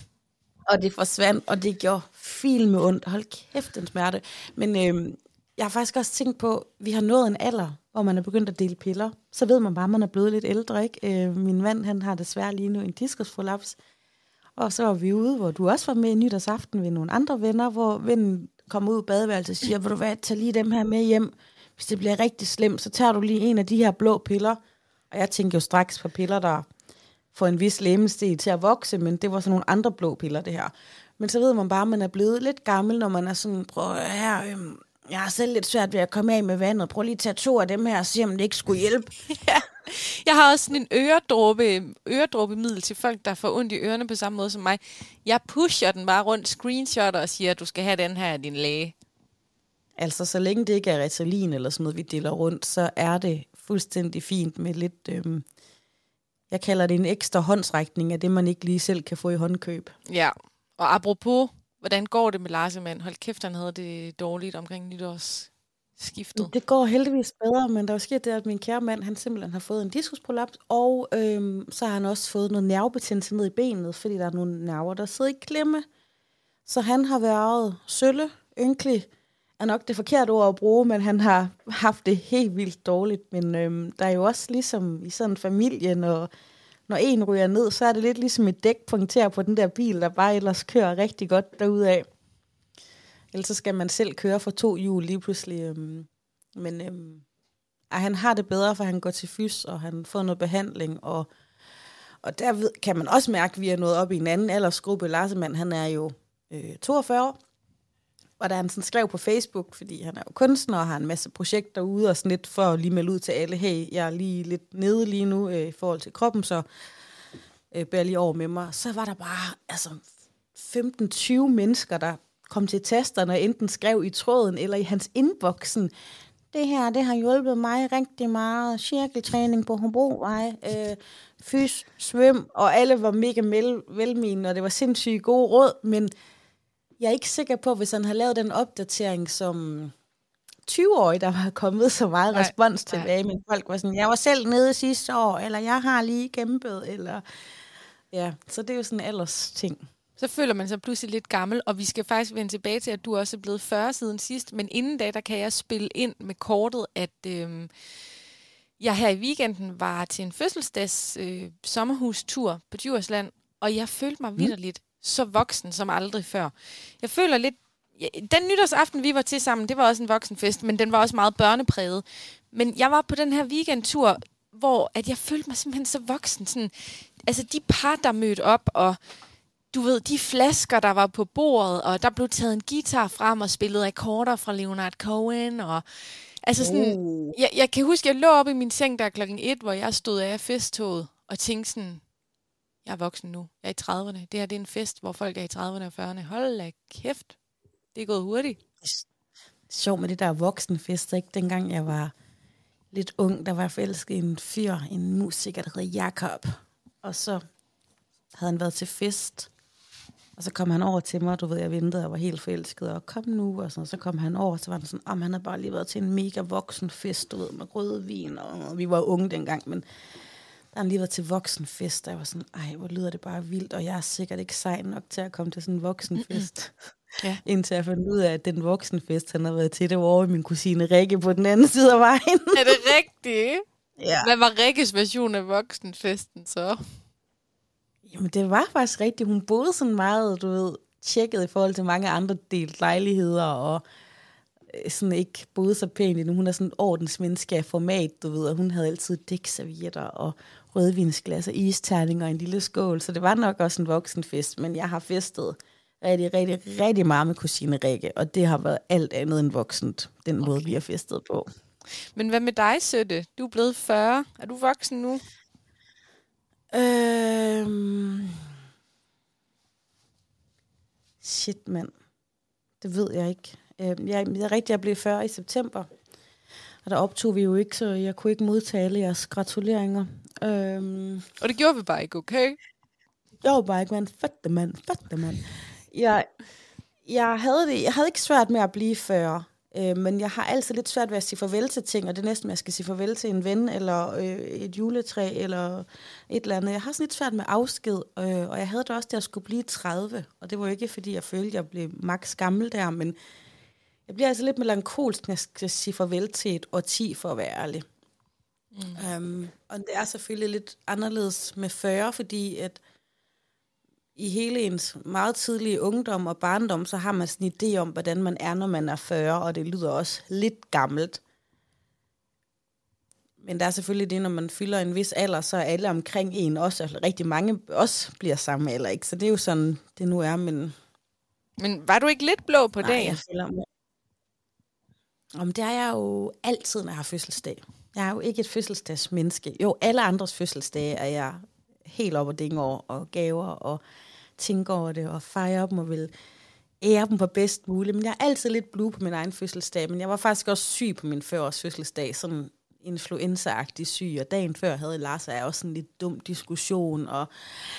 Og det forsvandt, og det gjorde fil med ondt. Hold kæft, den smerte. Men øh, jeg har faktisk også tænkt på, vi har nået en alder, hvor man er begyndt at dele piller. Så ved man bare, at man er blevet lidt ældre, ikke? Øh, min mand, han har desværre lige nu en diskusprolaps. Og så var vi ude, hvor du også var med i nytårsaften ved nogle andre venner, hvor vennen kommer ud i badeværelset og siger, vil du hvad, tag lige dem her med hjem. Hvis det bliver rigtig slemt, så tager du lige en af de her blå piller. Og jeg tænker jo straks på piller, der får en vis legemsdel til at vokse, men det var sådan nogle andre blå piller, det her. Men så ved man bare, at man er blevet lidt gammel, når man er sådan, prøv her, øhm, jeg har selv lidt svært ved at komme af med vandet. Prøv lige at tage to af dem her og se, om det ikke skulle hjælpe. Ja. Jeg har også sådan en øredråbe, øredråbemiddel til folk, der får ondt i ørerne på samme måde som mig. Jeg pusher den bare rundt, screenshotter og siger, at du skal have den her af din læge. Altså, så længe det ikke er Ritalin eller sådan noget, vi deler rundt, så er det fuldstændig fint med lidt, øhm, jeg kalder det en ekstra håndsrækning af det, man ikke lige selv kan få i håndkøb. Ja, og apropos, hvordan går det med Larsemann? Hold kæft, han havde det dårligt omkring nytårsskiftet. Det går heldigvis bedre, men der er sket det, at min kære mand, han simpelthen har fået en diskusprolaps, og øhm, så har han også fået noget nervebetændelse ned i benet, fordi der er nogle nerver, der sidder i klemme. Så han har været sølle, ynkelig, er nok det forkerte ord at bruge, men han har haft det helt vildt dårligt. Men øhm, der er jo også ligesom i sådan en familie, når, når en ryger ned, så er det lidt ligesom et dæk punkterer på den der bil, der bare ellers kører rigtig godt derudad. Ellers så skal man selv køre for to hjul lige pludselig. Øhm, men øhm, at han har det bedre, for han går til fys, og han får noget behandling, og, og der ved, kan man også mærke, at vi er nået op i en anden aldersgruppe. Larsemann, han er jo øh, toogfyrre år, og da han sådan skrev på Facebook, fordi han er jo kunstner, og har en masse projekter ude, og sådan lidt for at lige melde ud til alle, hey, jeg er lige lidt nede lige nu øh, i forhold til kroppen, så øh, bær lige over med mig. Så var der bare altså femten til tyve mennesker, der kom til tasterne og enten skrev i tråden eller i hans inboxen, det her, det har hjulpet mig rigtig meget. Cirkeltræning på Hobrovej, øh, fys, svøm, og alle var mega velmenende, og det var sindssygt gode råd, men jeg er ikke sikker på, hvis han har lavet den opdatering som tyve-årig, der var kommet så meget nej, respons tilbage, men folk var sådan, jeg var selv nede sidste år, eller jeg har lige kæmpet, eller ja, så det er jo sådan en alders ting. Så føler man sig pludselig lidt gammel, og vi skal faktisk vende tilbage til, at du også er blevet fyrre siden sidst. Men inden da, der kan jeg spille ind med kortet, at øh, jeg her i weekenden var til en fødselsdags øh, sommerhustur på Djursland, og jeg følte mig vitterligt mm. så voksen som aldrig før. Jeg føler lidt... Ja, den nytårsaften, vi var til sammen, det var også en voksenfest, men den var også meget børnepræget. Men jeg var på den her weekendtur, hvor at jeg følte mig simpelthen så voksen. Sådan, altså de par, der mødte op, og... Du ved, de flasker, der var på bordet, og der blev taget en guitar frem og spillet akkorder fra Leonard Cohen. Og, altså sådan, oh. jeg, jeg kan huske, jeg lå op i min seng der klokken et, hvor jeg stod af festtået og tænkte sådan, jeg er voksen nu, jeg er i trediverne. Det her det er en fest, hvor folk er i trediverne og fyrrerne. Hold da kæft, det er gået hurtigt. Sjov med det der voksenfester, ikke? Dengang jeg var lidt ung, der var jeg forelsket i en fyr, en musiker, der hedder Jakob. Og så havde han været til fest. Og så kom han over til mig, du ved, jeg ventede, og var helt forelsket, og kom nu, og sådan, så kom han over, så var han sådan, om han havde bare lige været til en mega voksenfest, du ved, med rødvin, og, og vi var unge dengang, men der har han lige været til voksenfest, og jeg var sådan, ej, hvor lyder det bare vildt, og jeg er sikkert ikke sej nok til at komme til sådan en voksenfest. Ja. Indtil jeg fandt ud af, at den voksenfest, han har været til, det var over i min kusine Rikke på den anden side af vejen. Er det rigtigt? Ja. Hvad var Rikkes version af voksenfesten så? Jamen, det var faktisk rigtigt. Hun boede sådan meget, du ved, tjekket i forhold til mange andre delt lejligheder, og sådan ikke boede så pænt endnu. Hun er sådan en ordensmenneske af format, du ved, og hun havde altid dækservietter og rødvinsglas og isterninger og en lille skål, så det var nok også en voksenfest, men jeg har festet rigtig, rigtig, rigtig meget med kusine Rikke, og det har været alt andet end voksent, den måde, okay. vi har festet på. Men hvad med dig, Søtte? Du er blevet fyrre. Er du voksen nu? Øhm... Shit, mand. Det ved jeg ikke. Jeg, jeg er rigtig, jeg blev fyrre i september. Og der optog vi jo ikke, så jeg kunne ikke modtage alle jeres gratuleringer. Øhm... Og det gjorde vi bare ikke, okay? Jeg var bare ikke, mand. Fatte, mand. Fatte, mand. Jeg, jeg, havde det, jeg havde ikke svært med at blive fyrre. Øh, men jeg har altid lidt svært ved at sige farvel til ting, og det er næsten, at jeg skal sige farvel til en ven, eller øh, et juletræ, eller et eller andet. Jeg har sådan lidt svært med afsked, øh, og jeg havde det også, da jeg skulle blive tredive, og det var ikke, fordi jeg følte, at jeg blev maks gammel der, men jeg bliver altså lidt melankolsk, når jeg skal sige farvel til et årti, for at være ærlig. Mm. Um, og det er selvfølgelig lidt anderledes med fyrre, fordi at i hele ens meget tidlige ungdom og barndom, så har man sådan en idé om, hvordan man er, når man er fyrre, og det lyder også lidt gammelt. Men der er selvfølgelig det, når man fylder en vis alder, så er alle omkring en også, altså rigtig mange også bliver samme alder, ikke? Så det er jo sådan, det nu er, men... Men var du ikke lidt blå på Nej, dagen? jeg føler mig... Om det er jeg jo altid, når jeg har fødselsdag. Jeg er jo ikke et fødselsdagsmenneske. Jo, alle andres fødselsdage er jeg helt op og dinge over, og gaver, og tænker over det, og fejrer dem, og vil ære dem på bedst muligt. Men jeg er altid lidt blue på min egen fødselsdag, men jeg var faktisk også syg på min fyrreårs fødselsdag, sådan influenza-agtig syg, og dagen før havde Lars og jeg også en lidt dum diskussion, og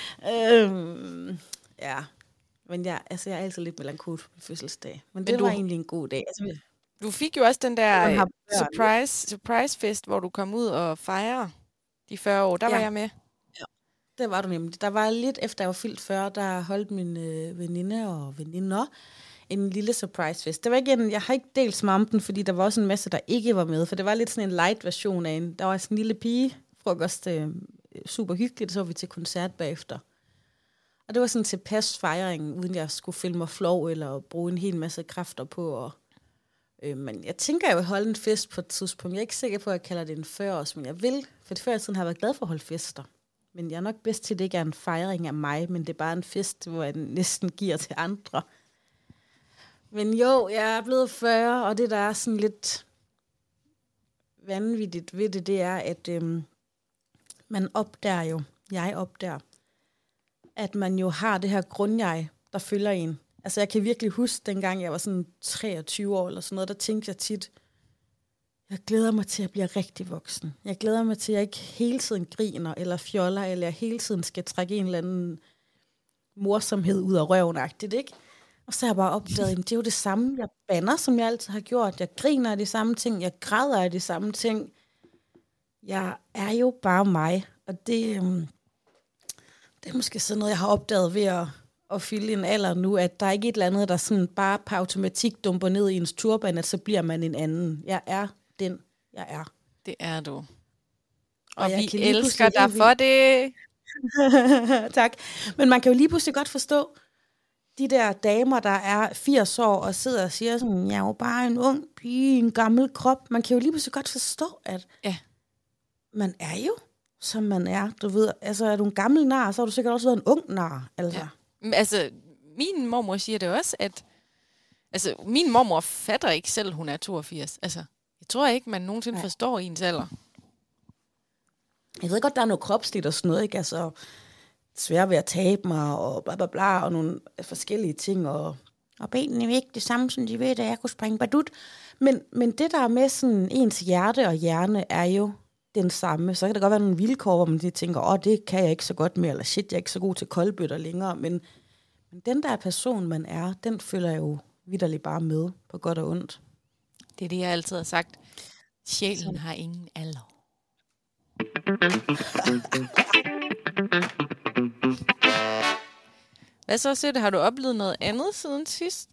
øhm, ja, men jeg, altså, jeg er altid lidt melankolsk på min fødselsdag. Men det men du, var egentlig en god dag. Altså, du fik jo også den der surprise, surprise fest, hvor du kom ud og fejrer de fyrre år. Der ja. var jeg med. Det var du nemlig. Der var lidt efter jeg var fyldt fyrre, der holdt min øh, veninde og veninder en lille surprise-fest. Det var ikke en, jeg har ikke delt med om den, fordi der var også en masse, der ikke var med, for det var lidt sådan en light version af en. Der var sådan en lille pigefrokost, øh, super hyggeligt, så var vi til koncert bagefter. Og det var sådan til pas fejring, uden jeg skulle føle mig flov, eller bruge en hel masse kræfter på at, Øh, men jeg tænker, jeg vil holde en fest på et tidspunkt. Jeg er ikke sikker på, at jeg kalder det en fyrre-års, men jeg vil. For det før i tiden har jeg været glad for at holde fester. Men jeg er nok bedst til, at det ikke er en fejring af mig, men det er bare en fest, hvor jeg næsten giver til andre. Men jo, jeg er blevet fyrre, og det, der er sådan lidt vanvittigt ved det, det er, at øhm, man opdager jo, jeg opdager, at man jo har det her grundjeg, der følger en. Altså, jeg kan virkelig huske, dengang jeg var sådan treogtyve år eller sådan noget, der tænkte jeg tit, jeg glæder mig til at blive rigtig voksen. Jeg glæder mig til, at jeg ikke hele tiden griner eller fjoller, eller jeg hele tiden skal trække en eller anden morsomhed ud af røven-agtigt, ikke? Og så har jeg bare opdaget, at det er jo det samme. Jeg bander, som jeg altid har gjort. Jeg griner af de samme ting. Jeg græder af de samme ting. Jeg er jo bare mig. Og det, øhm, det er måske sådan noget, jeg har opdaget ved at, at fylde en alder nu, at der er ikke et eller andet, der sådan bare på automatik dumper ned i ens turban, at så bliver man en anden. Jeg er den, jeg er. Det er du. Og, og vi elsker dig for det. Tak. Men man kan jo lige pludselig godt forstå, de der damer, der er firs år og sidder og siger sådan, jeg er jo bare en ung pige, en gammel krop. Man kan jo lige pludselig godt forstå, at ja. Man er jo, som man er. Du ved, altså er du en gammel nar, så har du sikkert også været en ung nar. Altså. Ja. Altså, min mormor siger det også, at altså, min mormor fatter ikke selv, hun er toogfirs. Altså, jeg tror ikke, man nogensinde ja. forstår ens alder. Jeg ved godt, der er noget kropsligt og sådan noget, ikke? Altså, svært ved at tabe mig, og bla bla bla, og nogle forskellige ting, og, og benene er ikke det samme, som de ved, da jeg kunne springe badut. Men, men det, der er med sådan ens hjerte og hjerne, er jo den samme. Så kan der godt være nogle vilkår, hvor man tænker, åh, det kan jeg ikke så godt med, eller shit, jeg er ikke så god til koldbøtter længere, men, men den der person, man er, den følger jo vitterligt bare med, på godt og ondt. Det er det, jeg altid har sagt. Sjælen har ingen alder. Hvad så, Søtte? Har du oplevet noget andet siden sidst?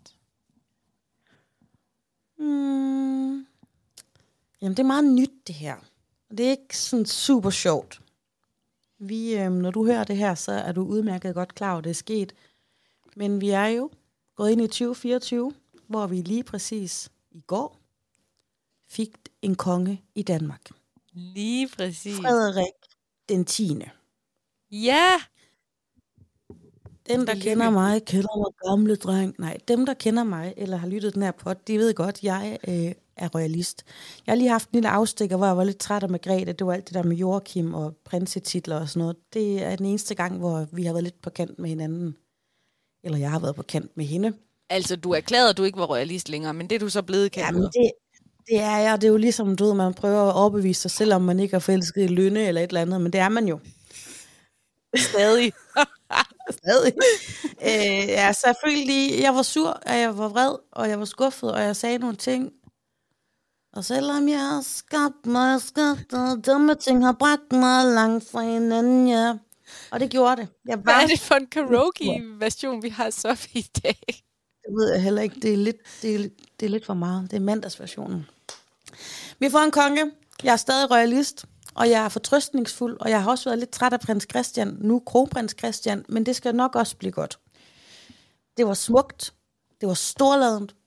Mm. Jamen, det er meget nyt, det her. Det er ikke sådan super sjovt. Vi, øhm, når du hører det her, så er du udmærket godt klar over, at det er sket. Men vi er jo gået ind i tyve fireogtyve, hvor vi lige præcis i går fik en konge i Danmark. Lige præcis. Frederik den tiende. Ja! Den, der kender mig, kender mig gamle dreng. Nej, dem, der kender mig, eller har lyttet den her pod, de ved godt, at jeg øh, er royalist. Jeg har lige haft en lille afstikker, hvor jeg var lidt træt af Margrethe. Det var alt det der med Joachim og prinsetitler og sådan noget. Det er den eneste gang, hvor vi har været lidt på kant med hinanden. Eller jeg har været på kant med hende. Altså, du erklærede, at du ikke var royalist længere, men det er du så blevet kendt. Jamen, det, det er jeg. Det er jo ligesom, du ved, man prøver at overbevise sig selv, om man ikke er forelsket i Lønne eller et eller andet, men det er man jo. Stadig. Stadig. øh, ja, så jeg følte lige, jeg var sur, og jeg var vred, og jeg var skuffet, og jeg sagde nogle ting. Og selvom jeg har skabt mig, skabt og dumme ting har bragt mig langt fra hinanden, ja. Og det gjorde det. Jeg Hvad er det for en karaoke-version, vi har så i dag? Det ved jeg heller ikke. Det er lidt, det er, det er lidt for meget. Det er mandagsversionen. Vi får en konge. Jeg er stadig royalist. Og jeg er fortrøstningsfuld, og jeg har også været lidt træt af prins Christian, nu kronprins Christian, men det skal nok også blive godt. Det var smukt, det var storladent.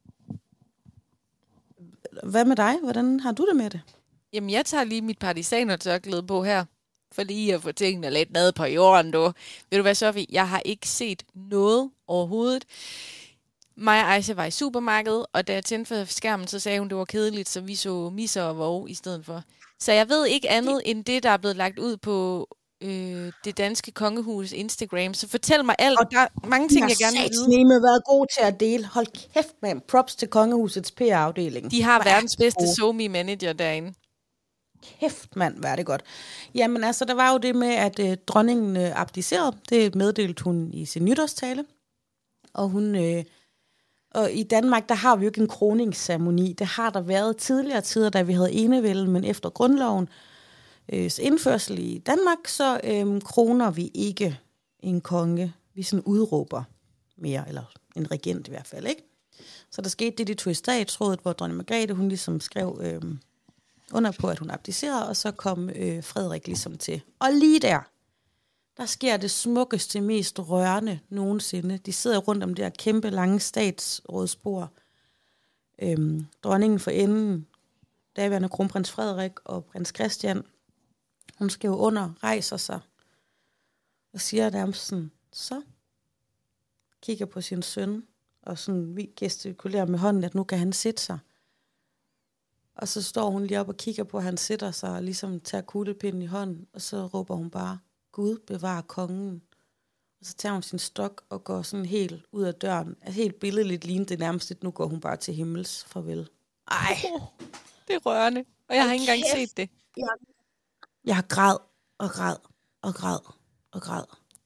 Hvad med dig? Hvordan har du det med det? Jamen, jeg tager lige mit partisanertørklæde på her, for lige at få tingene lidt ned på jorden, du. Ved du hvad, Sofie? Jeg har ikke set noget overhovedet. Mig og Aisha var i supermarkedet, og da jeg tændte for skærmen, så sagde hun, det var kedeligt, så vi så Misser og Våge i stedet for. Så jeg ved ikke andet end det, der er blevet lagt ud på øh, det danske kongehus Instagram. Så fortæl mig alt. Og der er mange ting, jeg, jeg gerne vil vide. Jeg har været god til at dele. Hold kæft, man. Props til kongehusets P R-afdeling. De har verdens bedste SoMe-manager derinde. Kæft, mand, hvad er det godt. Jamen altså, der var jo det med, at øh, dronningen øh, abdicerede. Det meddelte hun i sin nytårstale. Og hun... Øh, Og i Danmark, der har vi jo ikke en kroningsceremoni. Det har der været tidligere tider, da vi havde enevælden, men efter grundloven øh, indførsel i Danmark, så øh, kroner vi ikke en konge. Vi sådan udråber mere, eller en regent i hvert fald, ikke? Så der skete det, de tog i statsrådet, hvor dronning Margrethe, hun ligesom skrev øh, under på, at hun abdicerede, og så kom øh, Frederik ligesom til. Og lige der, der sker det smukkeste, mest rørende nogensinde. De sidder rundt om det her kæmpe lange statsrådsbord. øhm, dronningen for enden, daværende kronprins Frederik og prins Christian, hun skriver under, rejser sig og siger nærmest sådan, så kigger på sin søn, og sådan vi gestikulerer med hånden, at nu kan han sætte sig. Og så står hun lige op og kigger på, at han sætter sig og ligesom tager kuglepinden i hånden, og så råber hun bare, Gud bevarer kongen. Og så tager hun sin stok og går sådan helt ud af døren. Altså helt billedligt lignende det nærmest, nu går hun bare til himmels farvel. Ej. Oh, det er rørende, og jeg har ikke engang set det. Jeg, jeg har græd og græd og græd og græd.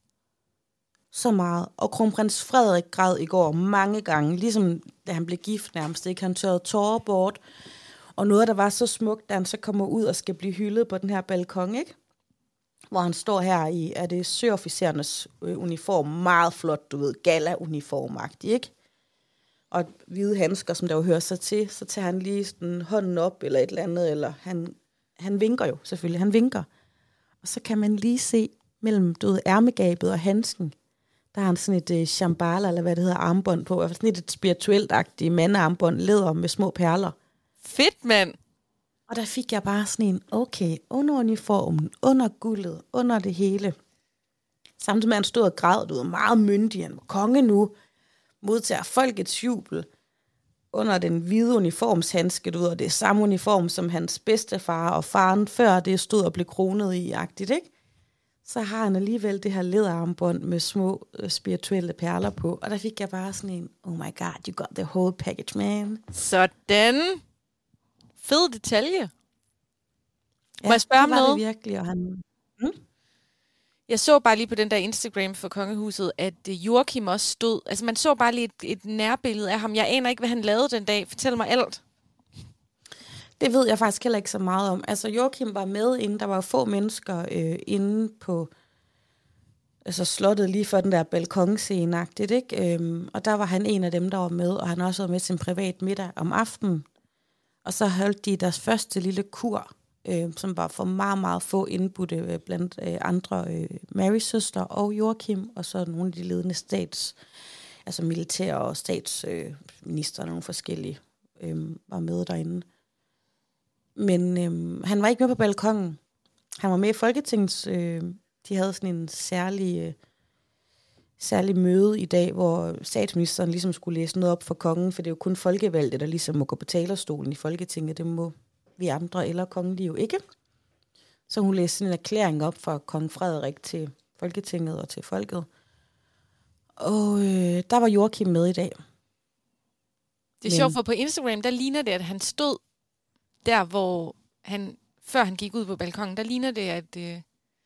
Så meget. Og kronprins Frederik græd i går mange gange, ligesom da han blev gift nærmest. Ikke? Han tørrede tårer bort. Og noget, der var så smukt, da han så kommer ud og skal blive hyldet på den her balkon, ikke? Hvor han står her i, er det søofficerernes øh, uniform, meget flot, du ved, gala-uniformagtig, ikke? Og hvide handsker, som der jo hører sig til, så tager han lige sådan hånden op, eller et eller andet, eller han, han vinker jo selvfølgelig, han vinker. Og så kan man lige se mellem, du ved, ærmegabet og handsken, der har han sådan et uh, shambala, eller hvad det hedder, armbånd på, i hvert fald sådan et, et spirituelt-agtigt mandearmbånd, læder med små perler. Fedt, mand! Og der fik jeg bare sådan en, okay, under uniformen, under guldet, under det hele. Samtidig med, at han stod og græd, du ved, meget myndig, han var konge nu, modtager folkets jubel, under den hvide uniformshandske, du ved, og det er samme uniform, som hans bedstefar og faren før det stod og blev kronet i, agtigt, ikke? Så har han alligevel det her læderarmbånd med små øh, spirituelle perler på, og der fik jeg bare sådan en, oh my god, you got the whole package, man. Sådan. Fed detalje. Ja, må jeg spørge om det var noget? det virkelig, og han... Hmm? Jeg så bare lige på den der Instagram for kongehuset, at Joachim også stod. Altså man så bare lige et, et nærbillede af ham. Jeg aner ikke, hvad han lavede den dag. Fortæl mig alt. Det ved jeg faktisk heller ikke så meget om. Altså Joachim var med inden. Der var jo få mennesker øh, inde på altså slottet lige for den der balkonscene-agtigt, ikke? Øhm, og der var han en af dem, der var med, og han også var med til en privat middag om aftenen. Og så holdt de deres første lille kur, øh, som var for meget, meget få indbudte øh, blandt øh, andre øh, Marys søster og Joachim, og så nogle af de ledende stats, altså militær- og statsminister, øh, nogle forskellige, øh, var med derinde. Men øh, han var ikke med på balkongen. Han var med i Folketingets, øh, de havde sådan en særlig, øh, særlig møde i dag, hvor statsministeren ligesom skulle læse noget op for kongen, for det er jo kun folkevalgte, der ligesom må gå på talerstolen i Folketinget. Det må vi andre eller kongelige jo ikke. Så hun læste sådan en erklæring op fra kong Frederik til Folketinget og til folket. Og øh, der var Joachim med i dag. Det er sjovt, for på Instagram, der ligner det, at han stod der, hvor han, før han gik ud på balkongen, der ligner det, at, øh,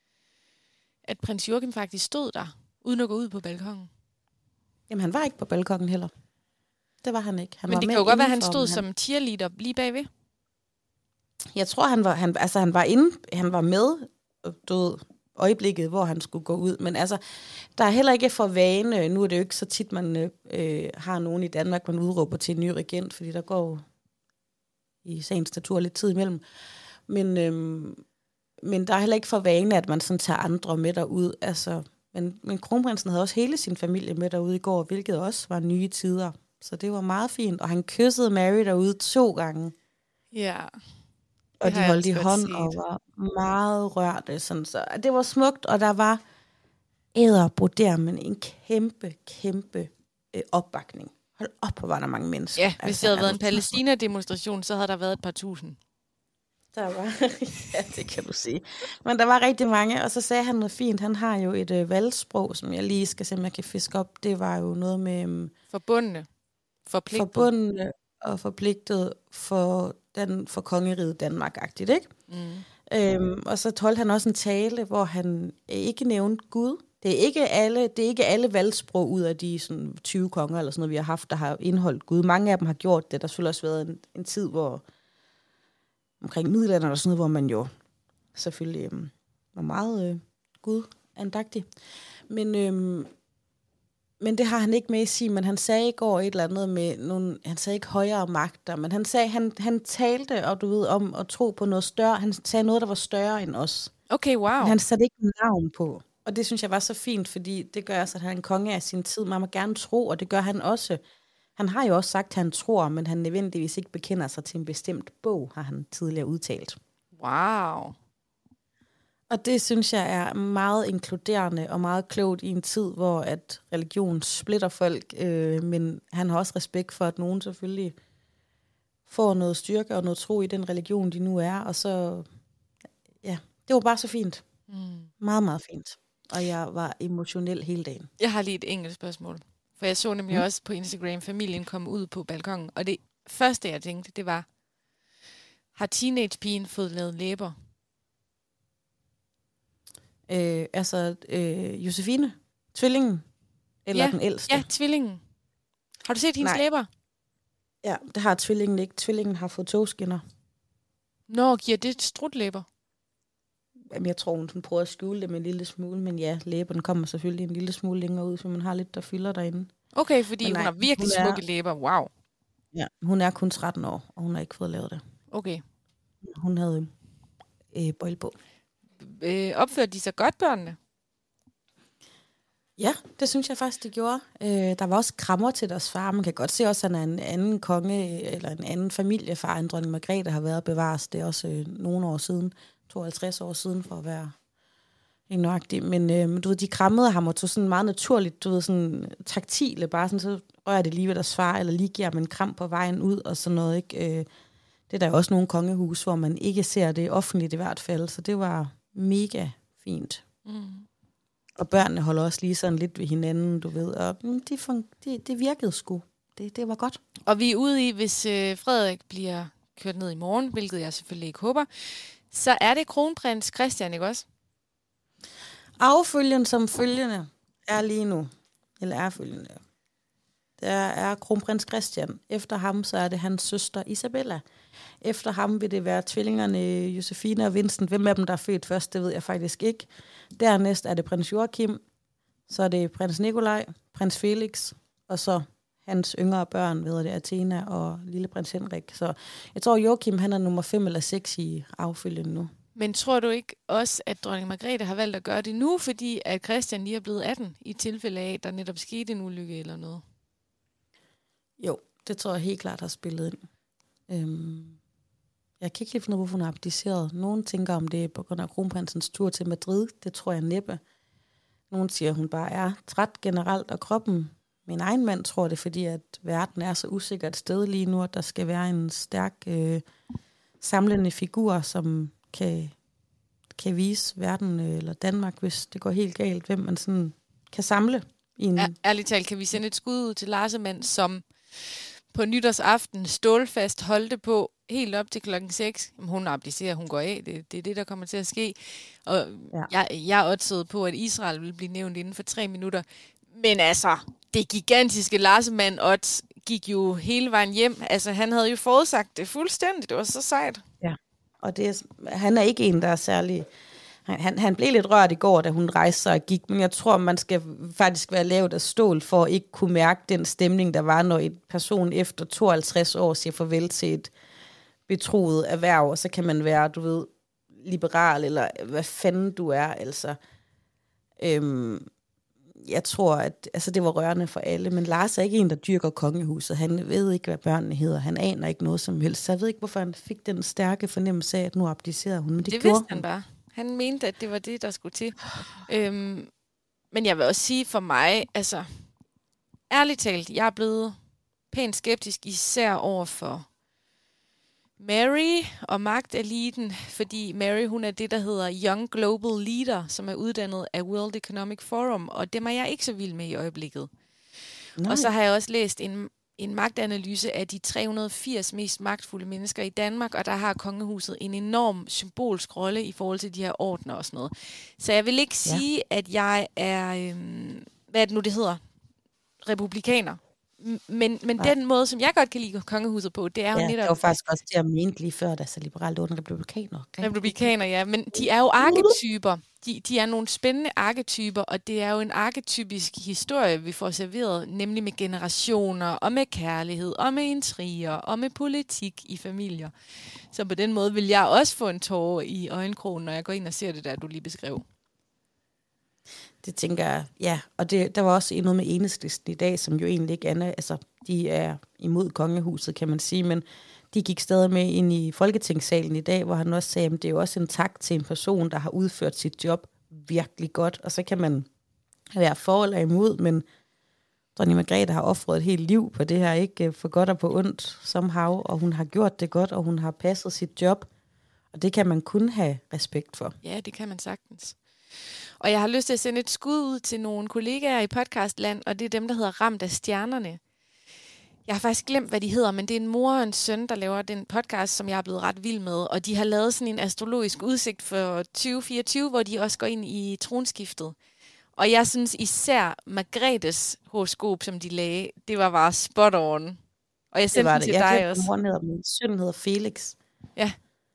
at prins Joachim faktisk stod der, uden at gå ud på balkongen. Jamen, han var ikke på balkongen heller. Det var han ikke. Han Men var det med kan jo godt være, at han indenfor, stod men som cheerleader lige bagved. Jeg tror, han var, han, altså, han var inde, han var med, du ved, øjeblikket, hvor han skulle gå ud. Men altså, der er heller ikke for vane, nu er det jo ikke så tit, man øh, har nogen i Danmark, man udråber til en ny regent, fordi der går i sagens natur lidt tid imellem. Men, øh, men der er heller ikke for vane, at man sådan tager andre med derud. Altså, men, men kronprinsen havde også hele sin familie med derude i går, hvilket også var nye tider. Så det var meget fint. Og han kyssede Mary derude to gange. Ja. Og de holdt i hånd og var meget rørte. Sådan, så det var smukt, og der var æderbroder, men en kæmpe, kæmpe øh, opbakning. Hold op, hvor var der mange mennesker. Ja, hvis altså, det havde været altså, en Palæstina-demonstration, så havde der været et par tusind. Der var, ja, det kan du sige. Men der var rigtig mange, og så sagde han noget fint. Han har jo et øh, valgsprog, som jeg lige skal se, om jeg kan fiske op. Det var jo noget med... Um, Forbundne. Forpligtet. Forbundne og forpligtet for, den, for kongeriget Danmark-agtigt, ikke? Mm. Øhm, og så holdt han også en tale, hvor han ikke nævnte Gud. Det er ikke alle, det er ikke alle valgsprog ud af de sådan, tyve konger, eller sådan noget, vi har haft, der har indholdt Gud. Mange af dem har gjort det. Der skulle også været en, en tid, hvor omkring middelalderen og sådan noget, hvor man jo selvfølgelig øhm, var meget øh, Gud-andagtig. Men, øhm, men det har han ikke med i sig, men han sagde i går et eller andet med nogle, han sagde ikke højere magter, men han sagde, han, han talte, og du ved, om at tro på noget større. Han sagde noget, der var større end os. Okay, wow. Men han satte ikke navn på. Og det synes jeg var så fint, fordi det gør altså, at han er en konge af sin tid. Man må gerne tro, og det gør han også. Han har jo også sagt, at han tror, men han nødvendigvis ikke bekender sig til en bestemt bog, har han tidligere udtalt. Wow. Og det synes jeg er meget inkluderende og meget klogt i en tid, hvor at religion splitter folk, øh, men han har også respekt for, at nogen selvfølgelig får noget styrke og noget tro i den religion, de nu er, og så, ja, det var bare så fint. Mm. Meget, meget fint. Og jeg var emotionel hele dagen. Jeg har lige et enkelt spørgsmål. For jeg så nemlig mm. også på Instagram, familien kom ud på balkongen, og det første, jeg tænkte, det var, har teenagepigen fået lavet læber? Øh, altså, øh, Josefine? Tvillingen? Eller ja, den ældste? Ja, tvillingen. Har du set hendes Nej. læber? Ja, det har tvillingen ikke. Tvillingen har fået togskinner. Nå, giver det strutlæber? Jamen, jeg tror, hun, hun prøver at skjule det med en lille smule, men ja, læberne kommer selvfølgelig en lille smule længere ud, så man har lidt, der fylder derinde. Okay, fordi nej, hun har virkelig hun smukke er, læber. Wow. Ja, hun er kun tretten år, og hun har ikke fået lavet det. Okay. Hun havde øh, bøjle på. Øh, opførte de sig godt, børnene? Ja, det synes jeg faktisk, de gjorde. Øh, der var også krammer til deres far. Man kan godt se også, at han er en anden konge, eller en anden familiefar, end dronning Margrethe har været bevares. Det er også øh, nogle år siden, tooghalvtreds år siden, for at være ikke nøjagtig. Men øh, du ved, de krammede ham og tog sådan meget naturligt, du ved, sådan taktile, bare sådan, så rører det lige ved deres far, eller lige giver dem en kram på vejen ud, og sådan noget, ikke? Øh, det er der også nogle kongehus, hvor man ikke ser det offentligt i hvert fald, så det var mega fint. Mm. Og børnene holder også lige sådan lidt ved hinanden, du ved, og de fun- de, det virkede sgu. Det, det var godt. Og vi er ude i, hvis øh, Frederik bliver kørt ned i morgen, hvilket jeg selvfølgelig ikke håber, så er det kronprins Christian, ikke også? Affølgen som følgende er lige nu, eller er følgende, der er kronprins Christian. Efter ham, så er det hans søster Isabella. Efter ham vil det være tvillingerne Josefine og Vincent. Hvem af dem, der er født først, det ved jeg faktisk ikke. Dernæst er det prins Joachim, så er det prins Nikolaj, prins Felix, og så hans yngre børn, ved det, Athena og lille prins Henrik. Så jeg tror, Joachim, han er nummer fem eller seks i affølgen nu. Men tror du ikke også, at dronning Margrethe har valgt at gøre det nu, fordi at Christian lige er blevet atten, i tilfælde af, at der netop skete en ulykke eller noget? Jo, det tror jeg helt klart har spillet ind. Øhm, jeg kan ikke helt finde ud af, hvorfor hun har abdiceret. Nogen tænker, om det er på grund af kronprinsens tur til Madrid. Det tror jeg næppe. Nogen siger, at hun bare er træt generelt, og kroppen. Min egen mand tror det, fordi at verden er så usikkert sted lige nu, at der skal være en stærk øh, samlende figur, som kan, kan vise verden øh, eller Danmark, hvis det går helt galt, hvem man sådan kan samle. I en... Ær- ærligt talt, kan vi sende et skud ud til Larsemann, som på nytårsaften stålfast holdte på helt op til klokken seks. Jamen, hun abdicerer, hun går af. Det, det er det, der kommer til at ske. Og ja. jeg, jeg er oddsede på, at Israel vil blive nævnt inden for tre minutter. Men altså, det gigantiske Larsemann odds gik jo hele vejen hjem. Altså, han havde jo forudsagt det fuldstændigt. Det var så sejt. Ja, og det er, han er ikke en, der er særlig... Han, han blev lidt rørt i går, da hun rejste sig og gik, men jeg tror, man skal faktisk være lavet af stål for at ikke kunne mærke den stemning, der var, når en person efter tooghalvtreds år siger farvel til et betroet erhverv, og så kan man være, du ved, liberal, eller hvad fanden du er, altså. Øhm, jeg tror, at altså, det var rørende for alle, men Lars er ikke en, der dyrker kongehuset. Han ved ikke, hvad børnene hedder. Han aner ikke noget som helst. Så jeg ved ikke, hvorfor han fik den stærke fornemmelse af, at nu abdicerede hun. Men det, det gjorde vidste han bare. Han mente, at det var det, der skulle til. øhm, men jeg vil også sige for mig, altså, ærligt talt, jeg er blevet pænt skeptisk, især over for Mary og magteliten, fordi Mary, hun er det, der hedder Young Global Leader, som er uddannet af World Economic Forum, og det er jeg ikke så vild med i øjeblikket. Nej. Og så har jeg også læst en en magtanalyse af de tre hundrede og firs mest magtfulde mennesker i Danmark, og der har kongehuset en enorm symbolsk rolle i forhold til de her ordner og sådan noget. Så jeg vil ikke ja. sige, at jeg er, øhm, hvad er det nu, det hedder? Republikaner. Men, men den måde, som jeg godt kan lide kongehuset på, det er jo ja, netop... det var faktisk også det, jeg mente lige før, der er så liberalt under republikaner. Okay? Republikaner, ja. Men de er jo arketyper. De, de er nogle spændende arketyper, og det er jo en arketypisk historie, vi får serveret, nemlig med generationer, og med kærlighed, og med intriger, og med politik i familier. Så på den måde vil jeg også få en tåre i øjenkrogen, når jeg går ind og ser det der, du lige beskrev. Det tænker jeg, ja. Og det, der var også noget med Enhedslisten i dag, som jo egentlig ikke er, altså de er imod kongehuset, kan man sige, men de gik stadig med ind i Folketingssalen i dag, hvor han også sagde, at det er jo også en tak til en person, der har udført sit job virkelig godt, og så kan man være for eller imod, men dronning Margrethe har offret et helt liv på det her, ikke for godt og på ondt somehow, og hun har gjort det godt, og hun har passet sit job, og det kan man kun have respekt for. Ja, det kan man sagtens. Og jeg har lyst til at sende et skud ud til nogle kollegaer i podcastland, og det er dem, der hedder Ramt af Stjernerne. Jeg har faktisk glemt, hvad de hedder, men det er en mor og en søn, der laver den podcast, som jeg er blevet ret vild med. Og de har lavet sådan en astrologisk udsigt for tyve fireogtyve, hvor de også går ind i tronskiftet. Og jeg synes især Margrethes horoskop, som de lagde, det var bare spot on. Og jeg sendte den til jeg dig også. Moren hedder, min søn hedder Felix. Ja.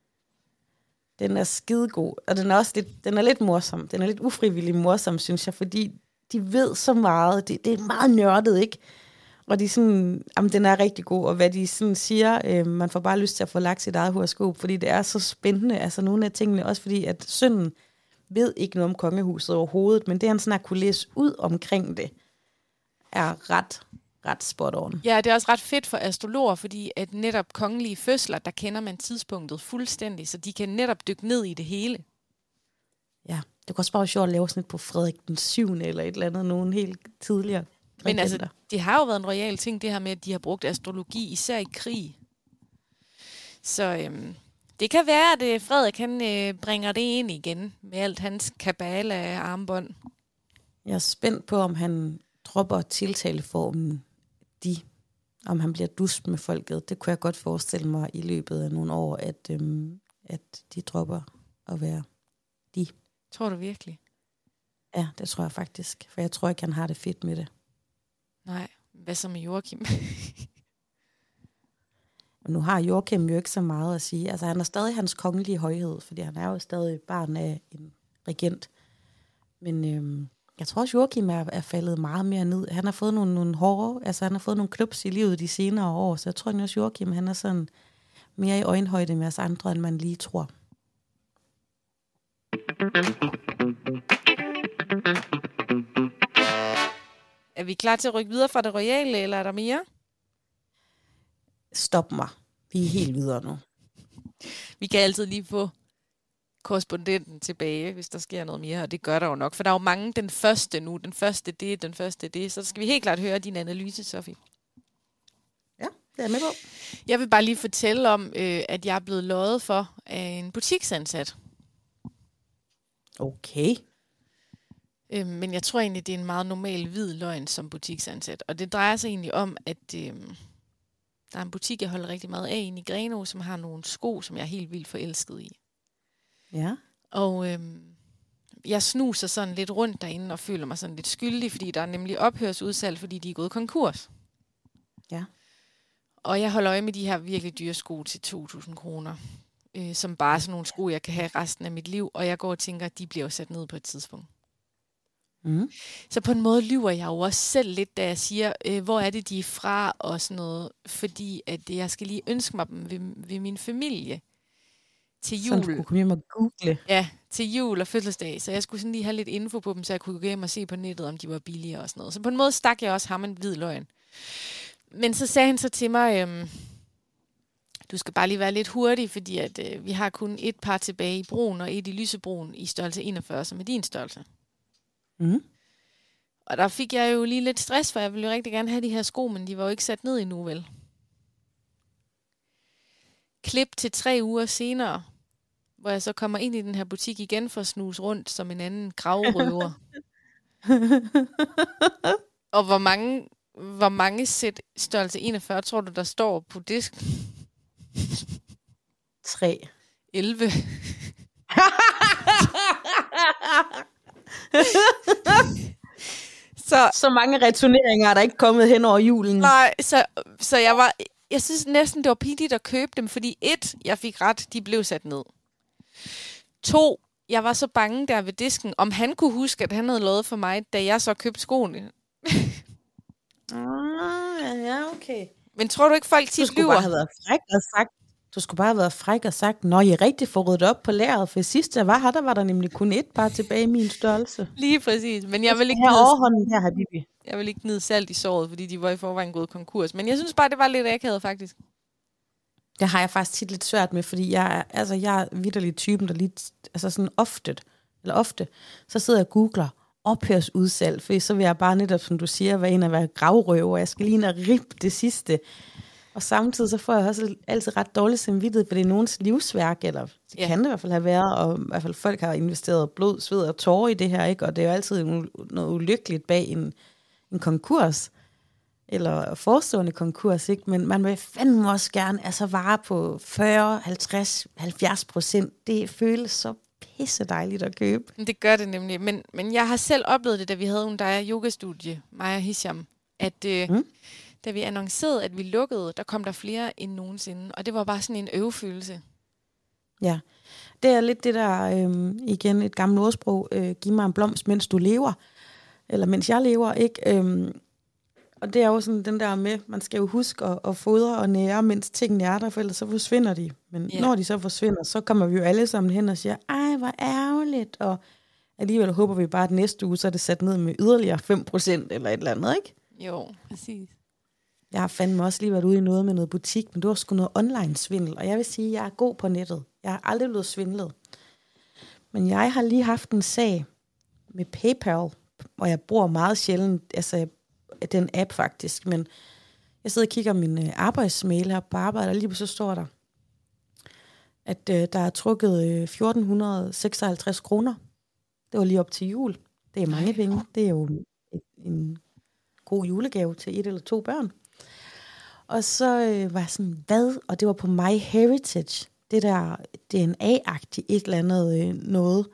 Den er skidegod, og den er også lidt, den er lidt morsom. Den er lidt ufrivillig morsom, synes jeg, fordi de ved så meget. Det, det er meget nørdet, ikke? Og de sådan, jamen, den er rigtig god, og hvad de sådan siger, øh, man får bare lyst til at få lagt sit eget horoskop, fordi det er så spændende. Altså nogle af tingene, også fordi at sønnen ved ikke noget om kongehuset overhovedet, men det han sådan har kunne læse ud omkring det, er ret, ret spot on. Ja, det er også ret fedt for astrologer, fordi at netop kongelige fødsler, der kender man tidspunktet fuldstændig, så de kan netop dykke ned i det hele. Ja, det kunne også bare være sjovt at lave sådan et på Frederik den syvende eller et eller andet, nogen helt tidligere. Men altså, det har jo været en royal ting, det her med, at de har brugt astrologi, især i krig. Så øhm, det kan være, at Frederik han, øh, bringer det ind igen, med alt hans kabale af armbånd. Jeg er spændt på, om han dropper tiltaleformen de, om han bliver dus med folket. Det kunne jeg godt forestille mig i løbet af nogle år, at, øhm, at de dropper at være de. Tror du virkelig? Ja, det tror jeg faktisk, for jeg tror ikke, han har det fedt med det. Nej, hvad så med Joachim? Nu har Joachim jo ikke så meget at sige. Altså, han er stadig hans kongelige højhed, fordi han er jo stadig barn af en regent. Men øhm, jeg tror også, Joachim er, er faldet meget mere ned. Han har fået nogle, nogle hårde, altså han har fået nogle knups i livet de senere år, så jeg tror også, Joachim han er sådan mere i øjenhøjde med os andre, end man lige tror. Er vi klar til at rykke videre fra det royale, eller er der mere? Stop mig. Vi er helt videre nu. Vi kan altid lige få korrespondenten tilbage, hvis der sker noget mere, og det gør der jo nok. For der er jo mange den første nu, den første det, den første det. Så skal vi helt klart høre din analyse, Sofie. Ja, det er med på. Jeg vil bare lige fortælle om, øh, at jeg er blevet løjet for af en butiksansat. Okay. Øh, men jeg tror egentlig, det er en meget normal hvid løgn som butiksansat. Og det drejer sig egentlig om, at øh, der er en butik, jeg holder rigtig meget af inde i Grenaa, som har nogle sko, som jeg er helt vildt forelsket i. Ja. Og øh, jeg snuser sådan lidt rundt derinde og føler mig sådan lidt skyldig, fordi der er nemlig ophørsudsalg, fordi de er gået konkurs. Ja. Og jeg holder øje med de her virkelig dyre sko til to tusind kroner, øh, som bare er sådan nogle sko, jeg kan have resten af mit liv. Og jeg går og tænker, at de bliver jo sat ned på et tidspunkt. Mm. Så på en måde lyver jeg jo også selv lidt, da jeg siger, øh, hvor er det, de er fra og sådan noget. Fordi at jeg skal lige ønske mig dem ved, ved min familie til jul. Så du kunne komme hjem og google. Ja, til jul og fødselsdag. Så jeg skulle sådan lige have lidt info på dem, så jeg kunne gå hjem og se på nettet, om de var billige og sådan noget. Så på en måde stak jeg også ham en hvid løgn. Men så sagde han så til mig, øhm, du skal bare lige være lidt hurtig, fordi at, øh, vi har kun et par tilbage i brun og et i lysebrun i størrelse enogfyrre, som er din størrelse. Mm. Og der fik jeg jo lige lidt stress, for jeg ville jo rigtig gerne have de her sko, men de var jo ikke sat ned endnu, vel? Klip til tre uger senere, hvor jeg så kommer ind i den her butik igen for at snuse rundt som en anden gravrøver. Og hvor mange, hvor mange sæt størrelse enogfyrre tror du, der står på disken? Tre. elleve. så, så mange returneringer er der ikke kommet hen over julen. Nej, så, så jeg var... Jeg synes næsten, det var pinligt at købe dem, fordi et, jeg fik ret, de blev sat ned. To, jeg var så bange der ved disken, om han kunne huske, at han havde lovet for mig, da jeg så købte skoene. Ah, ja, okay. Men tror du ikke, folk tit lyver? Du skulle bare have været fræk og sagt, Du skulle bare have været fræk og sagt, nå, I rigtig får ryddet op på lageret, for sidst jeg var her, der var der nemlig kun et par tilbage i min størrelse. Lige præcis, men jeg vil ikke her gnide, overhånden her, Habibi. jeg vil ikke gnide salt i såret, fordi de var i forvejen gået konkurs. Men jeg synes bare, det var lidt akavet, faktisk. Det har jeg faktisk tit lidt svært med, fordi jeg er, altså, jeg er vitterlig typen, der lige, altså sådan ofte, eller ofte, så sidder jeg og googler ophørsudsalg, for så vil jeg bare netop, som du siger, være en at være gravrøver, jeg skal lige ind og rippe det sidste. Og samtidig så får jeg også altid ret dårligt samvittighed, for det er nogens livsværk, eller det Ja. kan det i hvert fald have været, og i hvert fald folk har investeret blod, sved og tårer i det her, ikke? Og det er jo altid noget ulykkeligt bag en, en konkurs, eller forestående konkurs, ikke? Men man vil fandme også gerne altså vare på fyrre, halvtreds, halvfjerds procent. Det føles så pisse dejligt at købe. Det gør det nemlig, men, men jeg har selv oplevet det, da vi havde en der yogastudie, mig og Hisham, at øh, mm. da vi annoncerede, at vi lukkede, der kom der flere end nogensinde, og det var bare sådan en øvefølelse. Ja, det er lidt det der, øh, igen et gammelt ordsprog, øh, giv mig en blomst, mens du lever, eller mens jeg lever, ikke? Øh, og det er jo sådan den der med, man skal jo huske at, at fodre og nære, mens tingene er der, for ellers så forsvinder de. Men yeah. når de så forsvinder, så kommer vi jo alle sammen hen og siger, ej, hvor ærgerligt, og alligevel håber vi bare, at næste uge, så er det sat ned med yderligere fem procent eller et eller andet, ikke? Jo, præcis. Jeg har fandme også lige været ude i noget med noget butik, men det var sgu noget online-svindel, og jeg vil sige, at jeg er god på nettet. Jeg har aldrig blevet svindlet. Men jeg har lige haft en sag med PayPal, og jeg bruger meget sjældent, altså den app faktisk, men jeg sidder og kigger min arbejdsmail her på arbejde, og lige så står der, at øh, der er trukket øh, fjorten seksoghalvtreds kroner. Det var lige op til jul. Det er mange penge. Det er jo en, en god julegave til et eller to børn. Og så øh, var jeg sådan, hvad? Og det var på MyHeritage. Det der D N A-agtigt et eller andet øh, noget.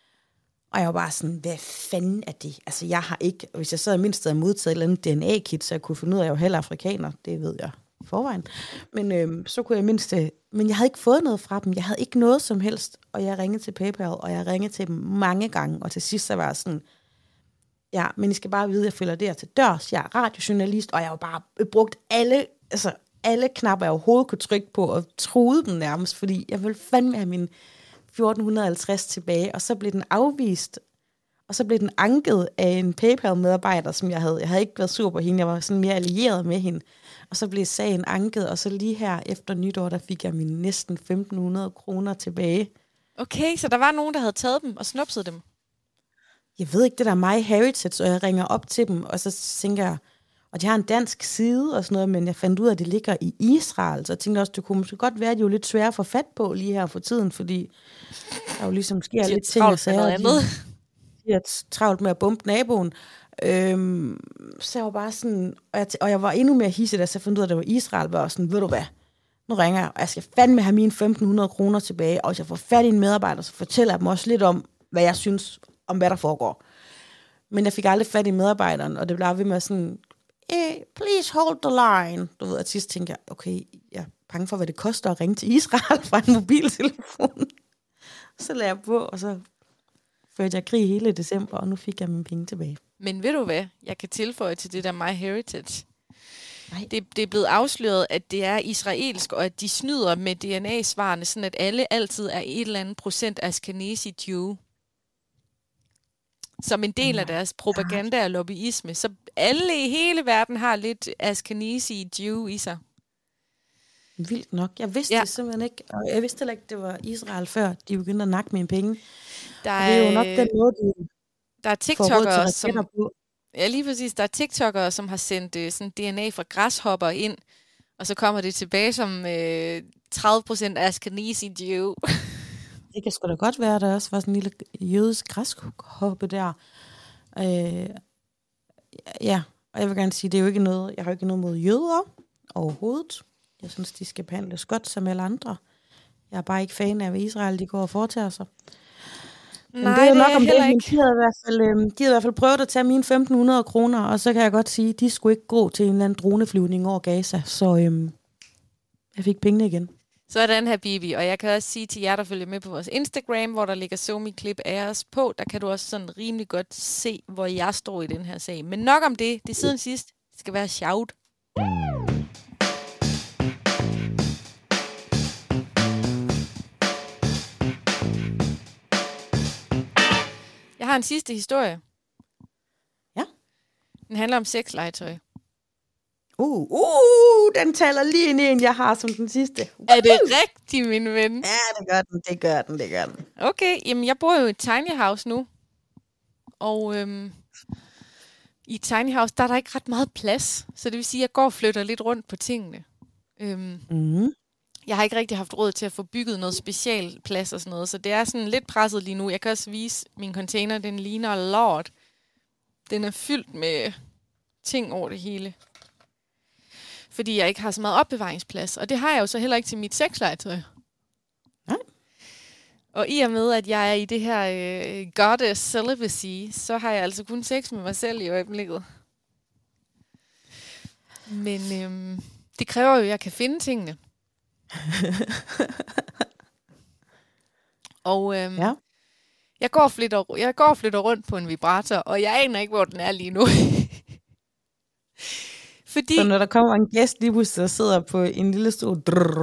Og jeg var bare sådan, hvad fanden er det? Altså jeg har ikke, hvis jeg så havde mindst havde modtaget et eller andet D N A-kit, så jeg kunne finde ud af, at jeg var heller afrikaner. Det ved jeg i forvejen. Men øh, så kunne jeg mindst, øh, men jeg havde ikke fået noget fra dem. Jeg havde ikke noget som helst. Og jeg ringede til PayPal, og jeg ringede til dem mange gange. Og til sidst så var jeg sådan, ja, men I skal bare vide, at jeg følger det her til dørs. Jeg er radiojournalist, og jeg har jo bare brugt alle, altså alle knapper, jeg overhovedet kunne trykke på, og truede dem nærmest, fordi jeg ville fandme have min fjorten halvtreds tilbage, og så blev den afvist, og så blev den anket af en PayPal-medarbejder, som jeg havde. Jeg havde ikke været sur på hende, jeg var sådan mere allieret med hende, og så blev sagen anket, og så lige her efter nytår, der fik jeg mine næsten femten hundrede kroner tilbage. Okay, så der var nogen, der havde taget dem og snupset dem? Jeg ved ikke, det der er MyHeritage, og jeg ringer op til dem, og så tænker jeg, og de har en dansk side og sådan noget, men jeg fandt ud af, at det ligger i Israel, så jeg tænkte også, det kunne måske godt være, at de er jo lidt svære at få fat på lige her for tiden, fordi der jo ligesom sker lidt ting og sager. De, de er travlt med at bombe naboen. Øhm, så jeg var bare sådan, og jeg, og jeg var endnu mere hissig, da jeg fandt ud af, at det var Israel, var sådan, ved du hvad, nu ringer jeg, og jeg skal fandme have mine femten hundrede kroner tilbage, og hvis jeg får fat i en medarbejder, så fortæller jeg dem også lidt om, hvad jeg synes om, hvad der foregår. Men jeg fik aldrig fat i medarbejderen, og det blev ved med sådan, eh, please hold the line. Du ved, at sidst tænkte jeg, okay, jeg er bange for, hvad det koster at ringe til Israel fra en mobiltelefon. Så lagde jeg på, og så førte jeg krig hele december, og nu fik jeg mine penge tilbage. Men ved du hvad, jeg kan tilføje til det der MyHeritage. Det, det er blevet afsløret, at det er israelsk, og at de snyder med D N A-svarene, sådan at alle altid er et eller andet procent Ashkenazi Jew. Som en del af deres propaganda og lobbyisme. Så alle i hele verden har lidt Ashkenazi Jew i sig. Vildt nok. Jeg vidste ja. det simpelthen ikke. Og jeg vidste heller ikke, det var Israel før, de begyndte at nakke mine penge. Der er, og det er jo nok den måde, de der er TikTokere, som, ja, lige præcis. Der er TikTokere, som har sendt uh, sådan D N A fra græshopper ind, og så kommer det tilbage som uh, tredive procent Ashkenazi Jew. Det kan sgu da godt være, at der også var sådan en lille jødisk græshoppe der. Øh, ja, og jeg vil gerne sige, det er jo ikke noget, jeg har jo ikke noget mod jøder overhovedet. Jeg synes, de skal behandles godt som alle andre. Jeg er bare ikke fan af, hvad Israel de går og foretager sig. Men Nej, det er jo det nok er om det, heller men ikke. de havde, i hvert fald, øh, de havde i hvert fald prøvet at tage mine femten hundrede kroner, og så kan jeg godt sige, at de skulle ikke gå til en eller anden droneflyvning over Gaza. Så øh, jeg fik pengene igen. Sådan her, Bibi. Og jeg kan også sige til jer, der følger med på vores Instagram, hvor der ligger SoMe-klip af os på, der kan du også sådan rimelig godt se, hvor jeg står i den her sag. Men nok om det. Det er siden sidst. Det skal være sjovt. har en sidste historie. Ja. Den handler om sexlegetøj. Uh, uh, den taler lige ind i en, jeg har som den sidste. Uh. Er det rigtigt, min ven? Ja, det gør den, det gør den, det gør den. Okay, jamen jeg bor jo i et tiny house nu. Og øhm, i et tiny house, der er der ikke ret meget plads. Så det vil sige, at jeg går og flytter lidt rundt på tingene. Øhm, Mm. Jeg har ikke rigtig haft råd til at få bygget noget specialplads og sådan noget, så det er sådan lidt presset lige nu. Jeg kan også vise min container, den ligner lort. Den er fyldt med ting over det hele. Fordi jeg ikke har så meget opbevaringsplads, og det har jeg jo så heller ikke til mit sexlegetøj. Nej. Og i og med, at jeg er i det her øh, goddess celibacy, så har jeg altså kun sex med mig selv i øjeblikket. Men øhm, det kræver jo, at jeg kan finde tingene. og øhm, Ja. jeg, går og flytter, jeg går og flytter rundt på en vibrator, og jeg aner ikke, hvor den er lige nu. Fordi... Så når der kommer en gæst lige pludselig, der sidder på en lille stol,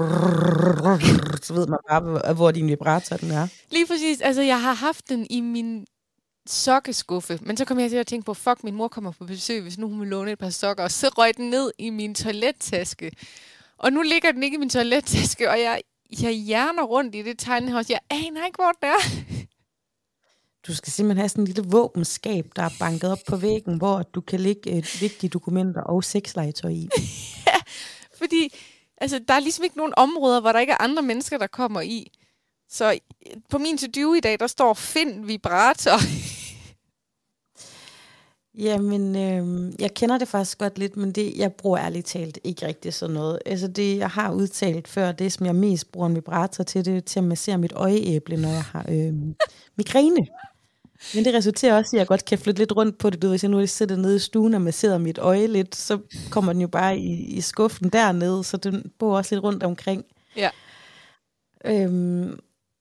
så ved man bare, hvor din vibrator den er. Lige præcis. Altså, jeg har haft den i min sokkeskuffe, men så kom jeg til at tænke på, fuck, min mor kommer på besøg, hvis nu hun vil låne et par sokker, og så røg den ned i min toilettaske. Og nu ligger den ikke i min toilettaske, og jeg, jeg hjerner rundt i det tegnehouse. Jeg aner ikke, hvor den er. Du skal simpelthen have sådan et lille våbenskab, der er banket op på væggen, hvor du kan lægge øh, vigtige dokumenter og sexlegetøj i. Ja, fordi altså, der er ligesom ikke nogen områder, hvor der ikke er andre mennesker, der kommer i. Så på min to-do i dag, der står find vibrator. Jamen, øh, jeg kender det faktisk godt lidt, men det, jeg bruger ærligt talt ikke rigtig sådan noget. Altså det, jeg har udtalt før, det som jeg mest bruger en vibrator til, det er til at massere mit øjeæble, når jeg har øh, migræne. Men det resulterer også i, at jeg godt kan flytte lidt rundt på det. Du, hvis jeg nu sidder nede i stuen og masserer mit øje lidt, så kommer den jo bare i, i skuffen dernede, så den bor også lidt rundt omkring. Ja. Øhm,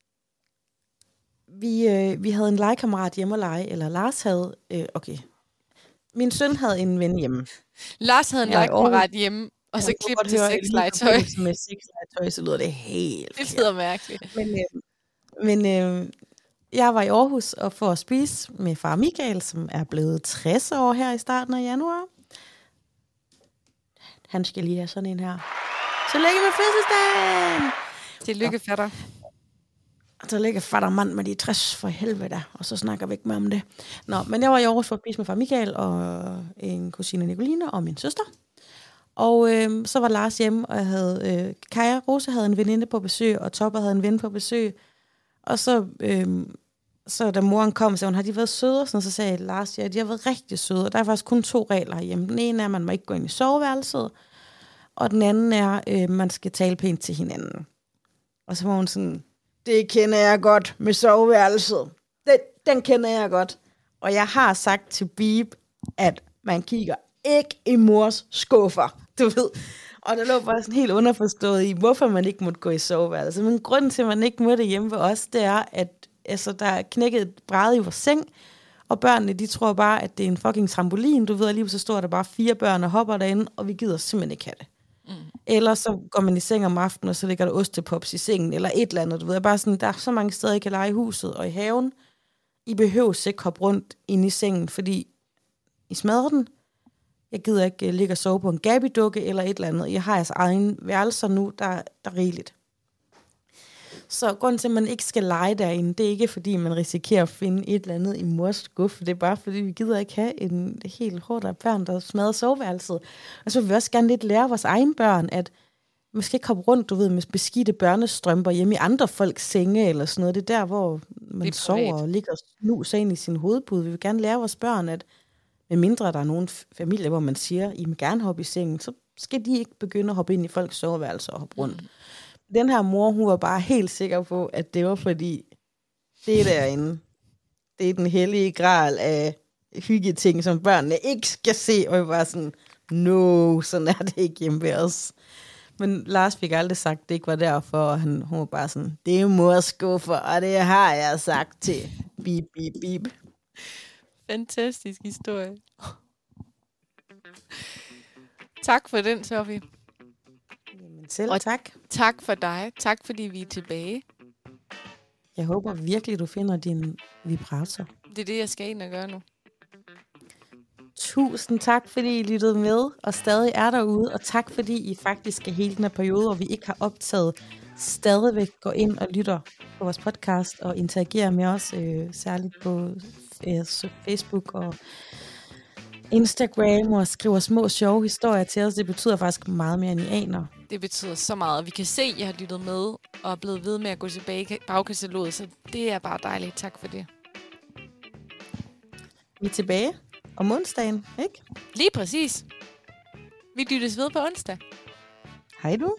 vi, øh, vi havde en legekammerat hjemme og lege, eller Lars havde, øh, okay, min søn havde en ven hjemme. Lars havde en Ja, legekammerat hjemme, og så klippede til sexlegetøj. Med sexlegetøj, så lyder det helt Det lyder mærkeligt. Men, øh, men øh, jeg var i Aarhus og for at spise med far Michael, som er blevet tres år her i starten af januar. Han skal lige have sådan en her. Tillykke med fødselsdagen! Tillykke, fatter. Tillykke, fatter mand med de tres for helvede, og så snakker vi ikke mere om det. Nå, men jeg var i Aarhus for at spise med far Michael og en kusine Nicoline og min søster. Og øh, så var Lars hjemme, og jeg havde øh, Kaja Rose havde en veninde på besøg, og Topper havde en ven på besøg. Og så, øh, så da moren kom, så hun, har de været søde? Og sådan, så sagde Lars, ja, de har været rigtig søde. Og der er faktisk kun to regler hjemme. Den ene er, at man må ikke gå ind i soveværelset. Og den anden er, at øh, man skal tale pænt til hinanden. Og så var hun sådan, det kender jeg godt med soveværelset. Den, den kender jeg godt. Og jeg har sagt til Beep, at man kigger ikke i mors skuffer, du ved. Og der lå bare sådan helt underforstået i, hvorfor man ikke måtte gå i soveværelset. Men grunden til, at man ikke måtte hjemme ved os, det er, at altså, der er knækket et bræde i vores seng, og børnene, de tror bare, at det er en fucking trampolin, du ved, og lige så står der bare fire børn og hopper derinde, og vi gider simpelthen ikke have det. Mm. Eller så går man i seng om aftenen, og så ligger der ostepops i sengen, eller et eller andet, du ved. Bare sådan, der er så mange steder, I kan lege i huset og i haven. I behøver ikke hoppe rundt inde i sengen, fordi I smadrer den. Jeg gider ikke uh, ligge og sove på en Gabi-dukke eller et eller andet. Jeg har jeres egen værelser nu, der, der er rigeligt. Så grunden til, at man ikke skal lege derinde, det er ikke, fordi man risikerer at finde et eller andet i mors skuffe. Det er bare, fordi vi gider ikke have en helt hårdt af børn, der smadrer soveværelset. Og så vil vi også gerne lidt lære vores egne børn, at man skal ikke komme rundt, du ved, med beskidte børnestrømper hjemme i andre folks senge eller sådan noget. Det er der, hvor man sover og ligger og snuser ind i sin hovedpude. Vi vil gerne lære vores børn, at medmindre der er nogen familier, hvor man siger, I må gerne hoppe i sengen, så skal de ikke begynde at hoppe ind i folks soveværelser og hoppe rundt. Mm. Den her mor, hun var bare helt sikker på, at det var fordi, det derinde, det er den hellige gral af hyggeting, som børnene ikke skal se, og jeg var sådan, no, sådan er det ikke hjemme ved os. Men Lars fik aldrig sagt, at det ikke var derfor, og han, hun var bare sådan, det er mors skuffer, og det har jeg sagt til bip, bip, bip. Fantastisk historie. Tak for den, Sofie. Jamen selv og tak. Tak for dig. Tak fordi vi er tilbage. Jeg håber virkelig, du finder din vibrator. det er det, jeg skal ind og gøre nu. Tusind tak, fordi I lyttede med, og stadig er derude. Og tak, fordi I faktisk skal hele den her periode, hvor vi ikke har optaget, stadigvæk går ind og lytter på vores podcast og interagerer med os, øh, særligt på øh, Facebook og Instagram, og skriver små sjove historier til os. Det betyder faktisk meget mere, end I aner. Det betyder så meget. Vi kan se, at jeg har lyttet med og er blevet ved med at gå tilbage i bagkataloget, så det er bare dejligt. Tak for det. Vi er tilbage om onsdagen, ikke? Lige præcis. Vi lyttes ved på onsdag. Hej du.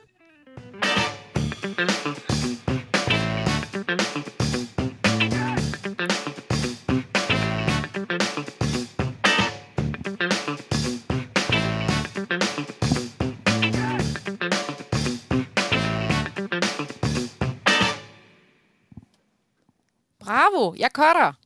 Bravo, jeg cutter.